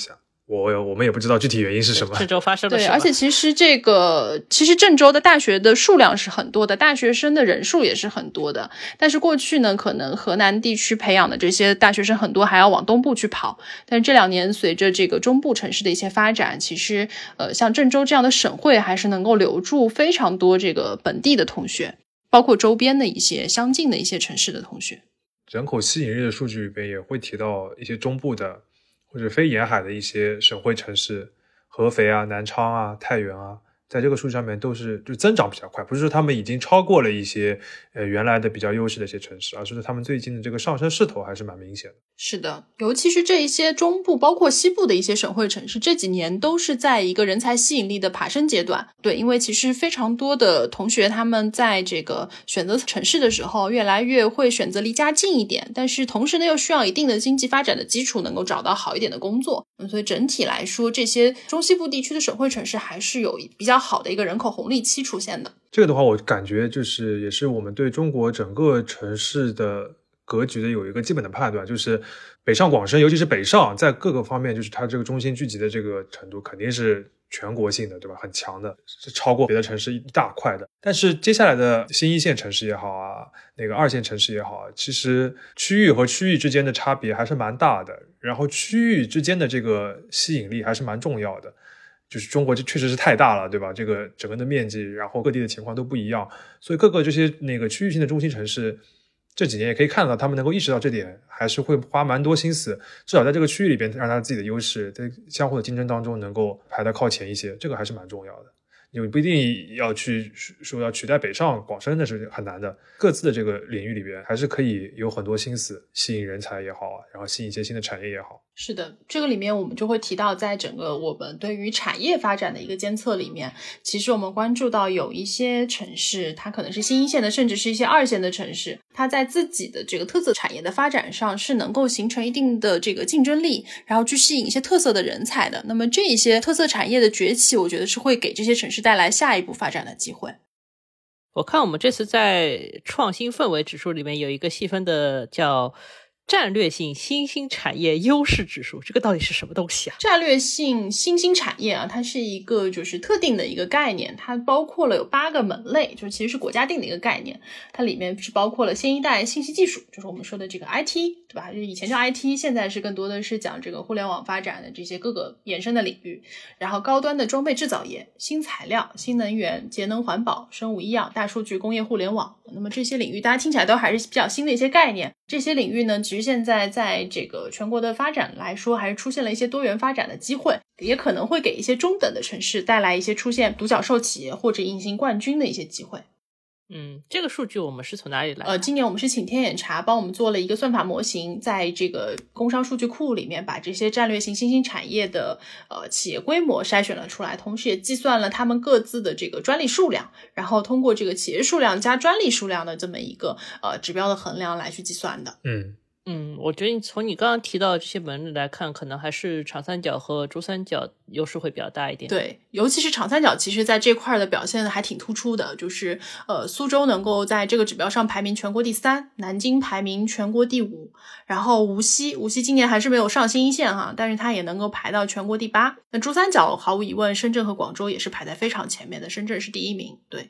我我们也不知道具体原因是什么。 郑州发生了什么？ 对，而且其实这个其实郑州的大学的数量是很多的，大学生的人数也是很多的。但是过去呢，可能河南地区培养的这些大学生很多还要往东部去跑。但是这两年随着这个中部城市的一些发展，其实呃像郑州这样的省会还是能够留住非常多这个本地的同学，包括周边的一些相近的一些城市的同学。 人口吸引力的数据里边也会提到一些中部的或者非沿海的一些省会城市，合肥啊、南昌啊、太原啊，在这个数据上面都是就增长比较快，不是说他们已经超过了一些呃原来的比较优势的一些城市，而是说他们最近的这个上升势头还是蛮明显的。 是的，尤其是这一些中部包括西部的一些省会城市，这几年都是在一个人才吸引力的爬升阶段。对，因为其实非常多的同学他们在这个选择城市的时候越来越会选择离家近一点，但是同时呢又需要一定的经济发展的基础，能够找到好一点的工作。嗯，所以整体来说这些中西部地区的省会城市还是有比较好的一个人口红利期出现的。 这个的话我感觉就是也是我们对中国整个城市的格局的有一个基本的判断，就是北上广深尤其是北上在各个方面就是它这个中心聚集的这个程度肯定是全国性的，对吧？很强的，是超过别的城市一大块的。但是接下来的新一线城市也好啊，那个二线城市也好啊，其实区域和区域之间的差别还是蛮大的，然后区域之间的这个吸引力还是蛮重要的。就是中国这确实是太大了，对吧？这个整个的面积，然后各地的情况都不一样，所以各个这些那个区域性的中心城市这几年也可以看到他们能够意识到这点，还是会花蛮多心思，至少在这个区域里边让他自己的优势在相互的竞争当中能够排得靠前一些，这个还是蛮重要的。你不一定要去说要取代北上广深，那是很难的。各自的这个领域里边还是可以有很多心思吸引人才也好啊，然后吸引一些新的产业也好。 是的，这个里面我们就会提到在整个我们对于产业发展的一个监测里面，其实我们关注到有一些城市它可能是新一线的甚至是一些二线的城市，它在自己的这个特色产业的发展上是能够形成一定的这个竞争力，然后去吸引一些特色的人才的。那么这一些特色产业的崛起，我觉得是会给这些城市带来下一步发展的机会。 我看我们这次在创新氛围指数里面有一个细分的叫战略性新兴产业优势指数，这个到底是什么东西啊？ 战略性新兴产业啊，它是一个就是特定的一个概念，它包括了有八个门类，就其实是国家定的一个概念。它里面是包括了新一代信息技术，就是我们说的这个 I T， 对吧？就是以前叫 I T， 现在是更多的是讲这个互联网发展的这些各个延伸的领域。然后高端的装备制造业、新材料、新能源、节能环保、生物医药、大数据、工业互联网。那么这些领域大家听起来都还是比较新的一些概念。这些领域呢，其实现在在这个全国的发展来说，还是出现了一些多元发展的机会，也可能会给一些中等的城市带来一些出现独角兽企业或者隐形冠军的一些机会。 嗯，这个数据我们是从哪里来的？ 呃，今年我们是请天眼查帮我们做了一个算法模型，在这个工商数据库里面把这些战略性新兴产业的呃企业规模筛选了出来，同时也计算了他们各自的这个专利数量，然后通过这个企业数量加专利数量的这么一个呃指标的衡量来去计算的。 嗯嗯，我觉得从你刚刚提到的这些门类来看，可能还是长三角和珠三角优势会比较大一点。 对，尤其是长三角，其实在这块的表现还挺突出的，就是呃，苏州能够在这个指标上排名全国第三，南京排名全国第五，然后无锡，无锡今年还是没有上新一线哈，但是它也能够排到全国第八。那珠三角毫无疑问，深圳和广州也是排在非常前面的，深圳是第一名。对。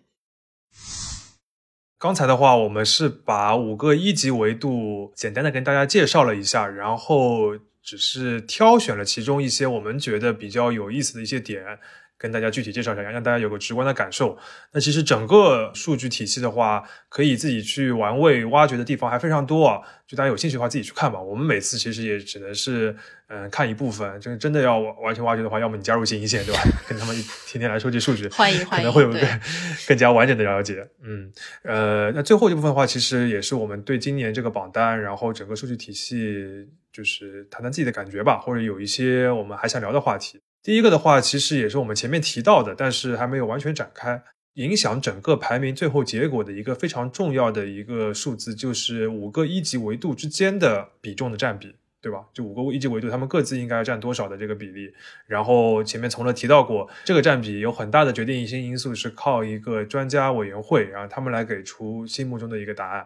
刚才的话我们是把五个一级维度简单的跟大家介绍了一下，然后只是挑选了其中一些我们觉得比较有意思的一些点跟大家具体介绍一下，让大家有个直观的感受。那其实整个数据体系的话可以自己去玩味挖掘的地方还非常多啊，就大家有兴趣的话自己去看吧。我们每次其实也只能是嗯看一部分，就是真的要完全挖掘的话，要么你加入新一线，对吧？跟他们天天来收集数据， 欢迎欢迎， 可能会有更更加完整的了解。嗯呃，那最后这部分的话，其实也是我们对今年这个榜单，然后整个数据体系，就是谈谈自己的感觉吧，或者有一些我们还想聊的话题。第一个的话，其实也是我们前面提到的，但是还没有完全展开。影响整个排名最后结果的一个非常重要的一个数字，就是五个一级维度之间的比重的占比，对吧？就五个一级维度他们各自应该占多少的这个比例。然后前面从乐提到过，这个占比有很大的决定性因素是靠一个专家委员会，然后他们来给出心目中的一个答案。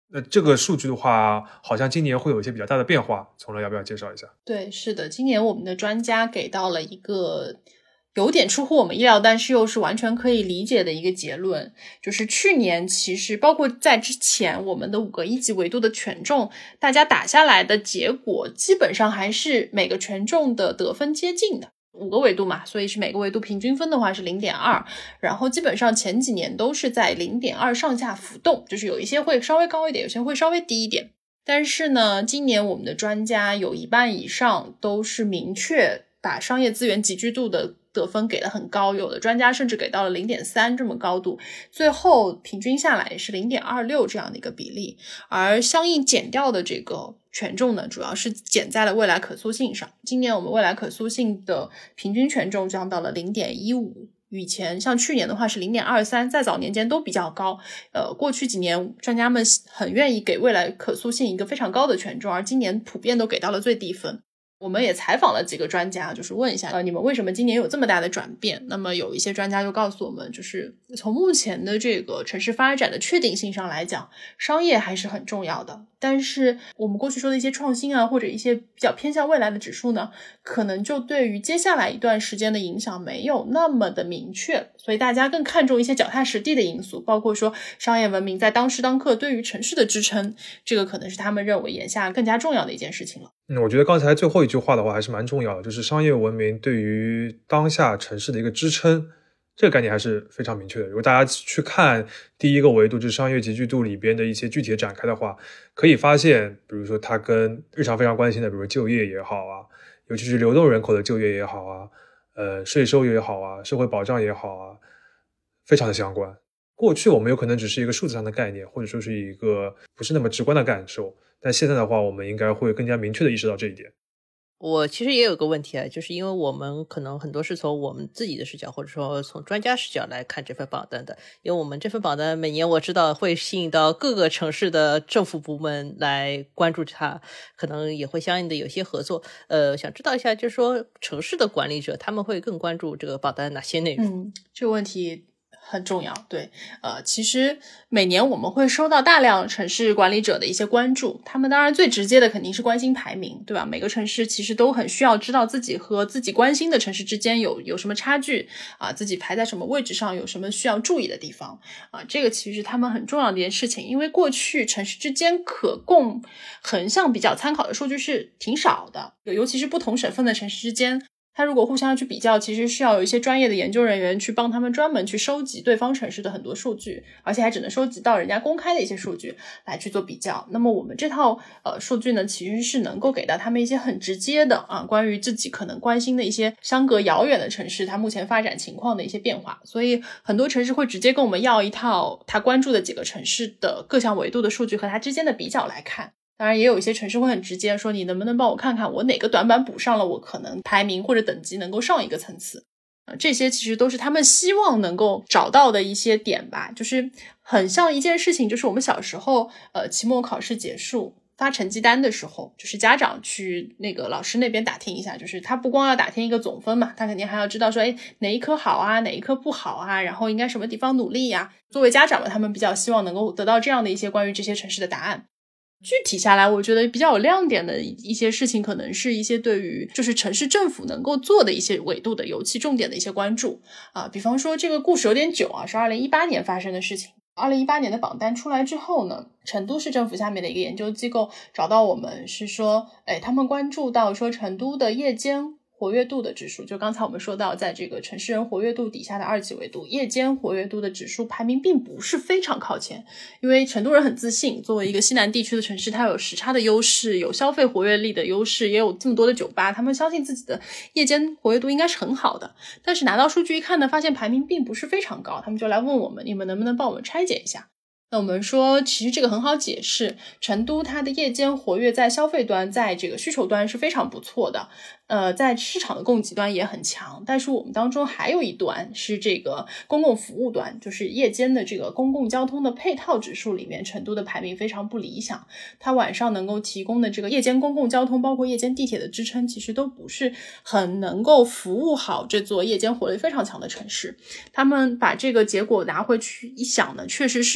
那这个数据的话，好像今年会有一些比较大的变化，从来要不要介绍一下？ 对，是的，今年我们的专家给到了一个有点出乎我们意料，但是又是完全可以理解的一个结论，就是去年其实包括在之前我们的五个一级维度的权重，大家打下来的结果基本上还是每个权重的得分接近的。五个维度嘛，所以是每个维度平均分的话是 零点二， 然后基本上前几年都是在 零点二 上下浮动，就是有一些会稍微高一点，有些会稍微低一点。但是呢，今年我们的专家有一半以上都是明确把商业资源集聚度的得分给得很高，有的专家甚至给到了 零点三 这么高度，最后平均下来是 零点二六 这样的一个比例。而相应减掉的这个权重呢，主要是减在了未来可塑性上。今年我们未来可塑性的平均权重降到了 零点一五， 以前像去年的话是 零点二三， 在早年间都比较高。呃，过去几年专家们很愿意给未来可塑性一个非常高的权重，而今年普遍都给到了最低分。我们也采访了几个专家，就是问一下呃，你们为什么今年有这么大的转变。那么有一些专家就告诉我们，就是从目前的这个城市发展的确定性上来讲，商业还是很重要的，但是我们过去说的一些创新啊，或者一些比较偏向未来的指数呢，可能就对于接下来一段时间的影响没有那么的明确，所以大家更看重一些脚踏实地的因素，包括说商业文明在当时当刻对于城市的支撑，这个可能是他们认为眼下更加重要的一件事情了。 嗯，我觉得刚才最后一句话的话还是蛮重要的，就是商业文明对于当下城市的一个支撑，这个概念还是非常明确的。如果大家去看第一个维度，就是商业集聚度里边的一些具体的展开的话，可以发现，比如说它跟日常非常关心的，比如说就业也好啊，尤其是流动人口的就业也好啊，呃，税收也好啊，社会保障也好啊，非常的相关。过去我们有可能只是一个数字上的概念，或者说是一个不是那么直观的感受，但现在的话我们应该会更加明确的意识到这一点。 我其实也有个问题啊，就是因为我们可能很多是从我们自己的视角，或者说从专家视角来看这份榜单的，因为我们这份榜单每年我知道会吸引到各个城市的政府部门来关注它，可能也会相应的有些合作。呃，想知道一下，就是说城市的管理者他们会更关注这个榜单哪些内容？ 嗯，这个问题很重要。对，呃，其实每年我们会收到大量城市管理者的一些关注，他们当然最直接的肯定是关心排名，对吧？每个城市其实都很需要知道自己和自己关心的城市之间有有什么差距啊，自己排在什么位置上，有什么需要注意的地方啊，这个其实是他们很重要的一件事情。因为过去城市之间可供横向比较参考的数据是挺少的，尤其是不同省份的城市之间，他如果互相去比较，其实是要有一些专业的研究人员去帮他们专门去收集对方城市的很多数据，而且还只能收集到人家公开的一些数据来去做比较。那么我们这套呃数据呢，其实是能够给到他们一些很直接的啊，关于自己可能关心的一些相隔遥远的城市它目前发展情况的一些变化。所以很多城市会直接跟我们要一套他关注的几个城市的各项维度的数据和它之间的比较来看。当然也有一些城市会很直接说，你能不能帮我看看我哪个短板补上了，我可能排名或者等级能够上一个层次。呃，这些其实都是他们希望能够找到的一些点吧，就是很像一件事情，就是我们小时候呃，期末考试结束发成绩单的时候，就是家长去那个老师那边打听一下，就是他不光要打听一个总分嘛，他肯定还要知道说，哎，哪一科好啊，哪一科不好啊，然后应该什么地方努力呀。作为家长们，他们比较希望能够得到这样的一些关于这些城市的答案。具体下来，我觉得比较有亮点的一些事情，可能是一些对于就是城市政府能够做的一些维度的尤其重点的一些关注啊。比方说这个故事有点久啊，是二零一八年发生的事情。二零一八年的榜单出来之后呢，成都市政府下面的一个研究机构找到我们，是说，哎，他们关注到说成都的夜间活跃度的指数，就刚才我们说到在这个城市人活跃度底下的二级维度，夜间活跃度的指数排名并不是非常靠前。因为成都人很自信，作为一个西南地区的城市，它有时差的优势，有消费活跃力的优势，也有这么多的酒吧，他们相信自己的夜间活跃度应该是很好的。但是拿到数据一看呢，发现排名并不是非常高，他们就来问我们，你们能不能帮我们拆解一下。那我们说其实这个很好解释，成都它的夜间活跃在消费端，在这个需求端是非常不错的，呃，在市场的供给端也很强，但是我们当中还有一端是这个公共服务端，就是夜间的这个公共交通的配套指数里面，成都的排名非常不理想，它晚上能够提供的这个夜间公共交通，包括夜间地铁的支撑，其实都不是很能够服务好这座夜间活力非常强的城市。他们把这个结果拿回去一想呢，确实是有这么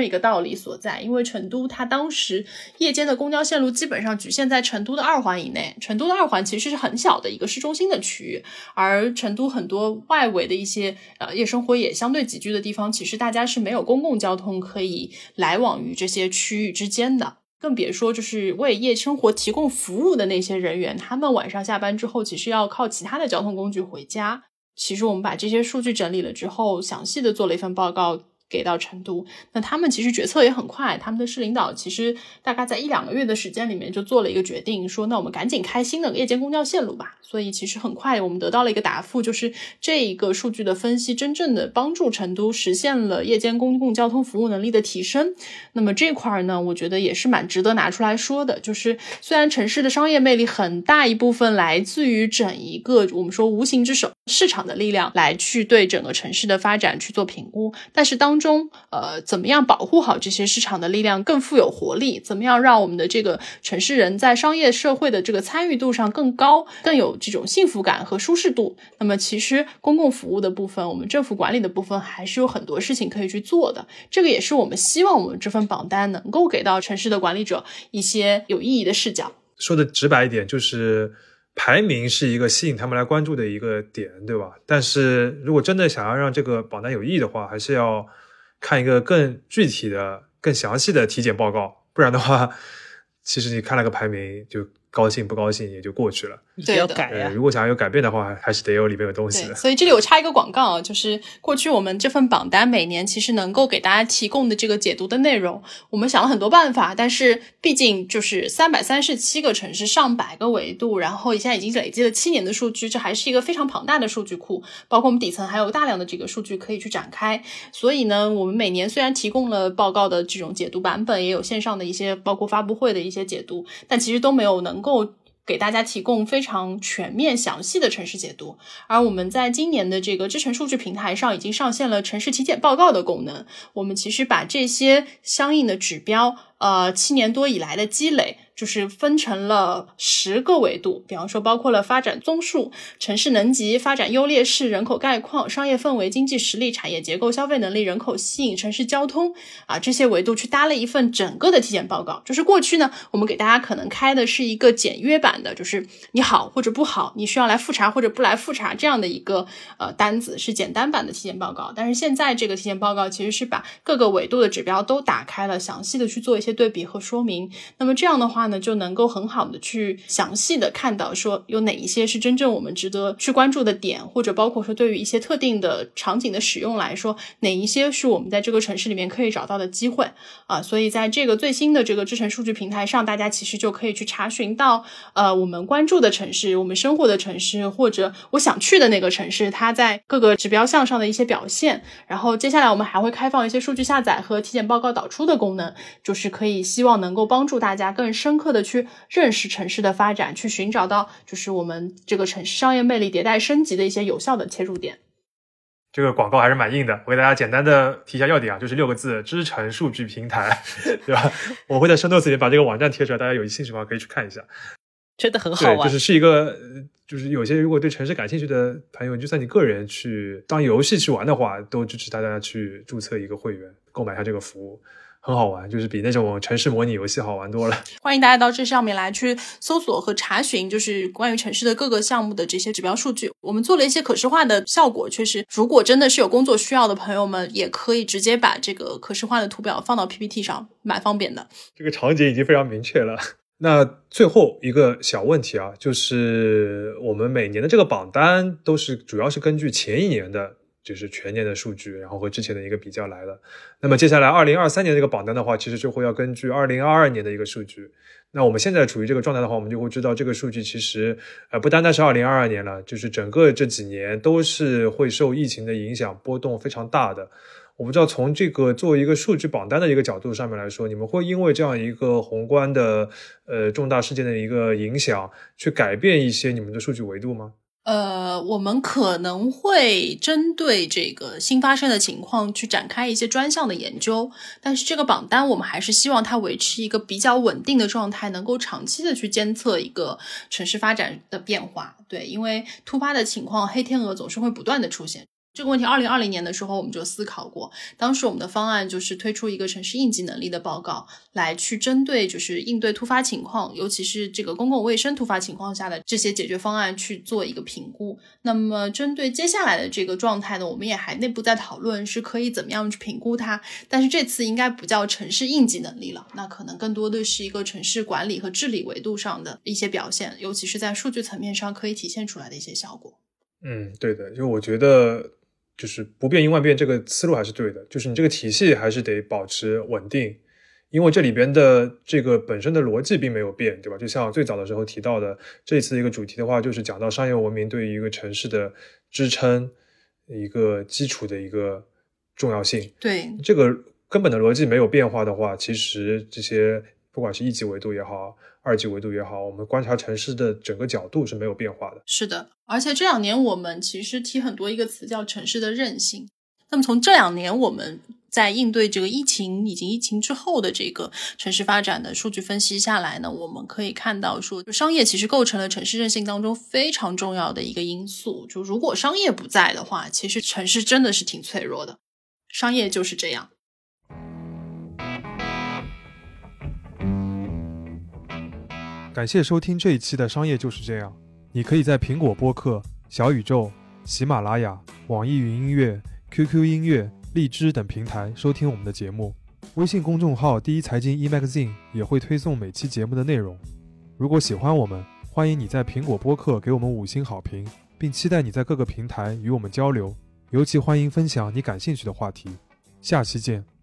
一个道理所在，因为成都它当时夜间的公交线路基本上局限在成都的二环以内，成都的二环其实是很小的一个市中心的区域，而成都很多外围的一些呃夜生活也相对集聚的地方，其实大家是没有公共交通可以来往于这些区域之间的，更别说就是为夜生活提供服务的那些人员，他们晚上下班之后其实要靠其他的交通工具回家。其实我们把这些数据整理了之后，详细的做了一份报告给到成都，那他们其实决策也很快，他们的市领导其实大概在一两个月的时间里面就做了一个决定，说那我们赶紧开新的夜间公交线路吧。所以其实很快我们得到了一个答复，就是这一个数据的分析真正的帮助成都实现了夜间公共交通服务能力的提升。那么这块呢，我觉得也是蛮值得拿出来说的，就是虽然城市的商业魅力很大一部分来自于整一个我们说无形之手市场的力量来去对整个城市的发展去做评估，但是当中呃，怎么样保护好这些市场的力量更富有活力，怎么样让我们的这个城市人在商业社会的这个参与度上更高，更有这种幸福感和舒适度。那么其实公共服务的部分，我们政府管理的部分还是有很多事情可以去做的，这个也是我们希望我们这份榜单能够给到城市的管理者一些有意义的视角。 说的直白一点，就是排名是一个吸引他们来关注的一个点，对吧？但是如果真的想要让这个榜单有意义的话，还是要看一个更具体的更详细的体检报告，不然的话其实你看了个排名就高兴不高兴也就过去了， 你要改呀、啊。 如果想要有改变的话，还是得有里面有东西的。 所以这里我插一个广告啊，就是过去我们这份榜单每年其实能够给大家提供的这个解读的内容，我们想了很多办法，但是毕竟就是三百三十七个城市上百个维度，然后现在已经累积了七年的数据，这还是一个非常庞大的数据库，包括我们底层还有大量的这个数据可以去展开。所以呢，我们每年虽然提供了报告的这种解读版本，也有线上的一些包括发布会的一些解读，但其实都没有能够给大家提供非常全面详细的城市解读。而我们在今年的这个知城数据平台上已经上线了城市体检报告的功能，我们其实把这些相应的指标呃，七年多以来的积累就是分成了十个维度，比方说包括了发展综述、城市能级、发展优劣势、人口概况、商业氛围、经济实力、产业结构、消费能力、人口吸引、城市交通啊，这些维度去搭了一份整个的体检报告。就是过去呢，我们给大家可能开的是一个简约版的，就是你好或者不好，你需要来复查或者不来复查这样的一个呃单子，是简单版的体检报告。但是现在这个体检报告其实是把各个维度的指标都打开了，详细的去做一些对比和说明。那么这样的话呢，就能够很好的去详细的看到说有哪一些是真正我们值得去关注的点，或者包括说对于一些特定的场景的使用来说，哪一些是我们在这个城市里面可以找到的机会啊。所以在这个最新的这个知城数据平台上，大家其实就可以去查询到呃我们关注的城市，我们生活的城市，或者我想去的那个城市，它在各个指标项上的一些表现。然后接下来我们还会开放一些数据下载和体检报告导出的功能，就是可以希望能够帮助大家更深刻的去认识城市的发展，去寻找到就是我们这个城市商业魅力迭代升级的一些有效的切入点。 这个广告还是蛮硬的，我给大家简单的提一下要点啊，就是六个字：知城数据平台，对吧？我会在 show notes 里面把这个网站贴出来，大家有兴趣的话可以去看一下。 真的很好玩， 对，就是是一个，就是有些如果对城市感兴趣的朋友，就算你个人去当游戏去玩的话，都支持大家去注册一个会员，购买一下这个服务。很好玩，就是比那种城市模拟游戏好玩多了。 欢迎大家到这上面来去搜索和查询，就是关于城市的各个项目的这些指标数据。我们做了一些可视化的效果，确实如果真的是有工作需要的朋友们，也可以直接把这个可视化的图表放到 P P T 上，蛮方便的。 这个场景已经非常明确了。那最后一个小问题啊，就是我们每年的这个榜单都是主要是根据前一年的就是全年的数据，然后和之前的一个比较来的。那么接下来二零二三年这个榜单的话，其实就会要根据二零二二年的一个数据。那我们现在处于这个状态的话，我们就会知道这个数据其实呃不单单是二零二二年了，就是整个这几年都是会受疫情的影响波动非常大的。我不知道从这个作为一个数据榜单的一个角度上面来说，你们会因为这样一个宏观的呃重大事件的一个影响去改变一些你们的数据维度吗？ 呃，我们可能会针对这个新发生的情况去展开一些专项的研究，但是这个榜单我们还是希望它维持一个比较稳定的状态，能够长期的去监测一个城市发展的变化。对，因为突发的情况黑天鹅总是会不断的出现。 这个问题二零二零年的时候我们就思考过，当时我们的方案就是推出一个城市应急能力的报告，来去针对就是应对突发情况，尤其是这个公共卫生突发情况下的这些解决方案去做一个评估。那么针对接下来的这个状态呢，我们也还内部在讨论是可以怎么样去评估它，但是这次应该不叫城市应急能力了，那可能更多的是一个城市管理和治理维度上的一些表现，尤其是在数据层面上可以体现出来的一些效果。 嗯，对的，就我觉得就是不变应万变这个思路还是对的，就是你这个体系还是得保持稳定，因为这里边的这个本身的逻辑并没有变，对吧？就像最早的时候提到的，这次的一个主题的话，就是讲到商业文明对于一个城市的支撑一个基础的一个重要性。 对， 这个根本的逻辑没有变化的话，其实这些不管是一级维度也好，二级维度也好，我们观察城市的整个角度是没有变化的。 是的，而且这两年我们其实提很多一个词叫城市的韧性。那么从这两年我们在应对这个疫情以及疫情之后的这个城市发展的数据分析下来呢，我们可以看到说，商业其实构成了城市韧性当中非常重要的一个因素。就如果商业不在的话，其实城市真的是挺脆弱的。商业就是这样。 感谢收听这一期的商业就是这样。你可以在苹果播客、小宇宙、喜马拉雅、网易云音乐、Q Q 音乐、荔枝等平台收听我们的节目。微信公众号第一财经 e-magazine 也会推送每期节目的内容。如果喜欢我们，欢迎你在苹果播客给我们五星好评，并期待你在各个平台与我们交流，尤其欢迎分享你感兴趣的话题。下期见。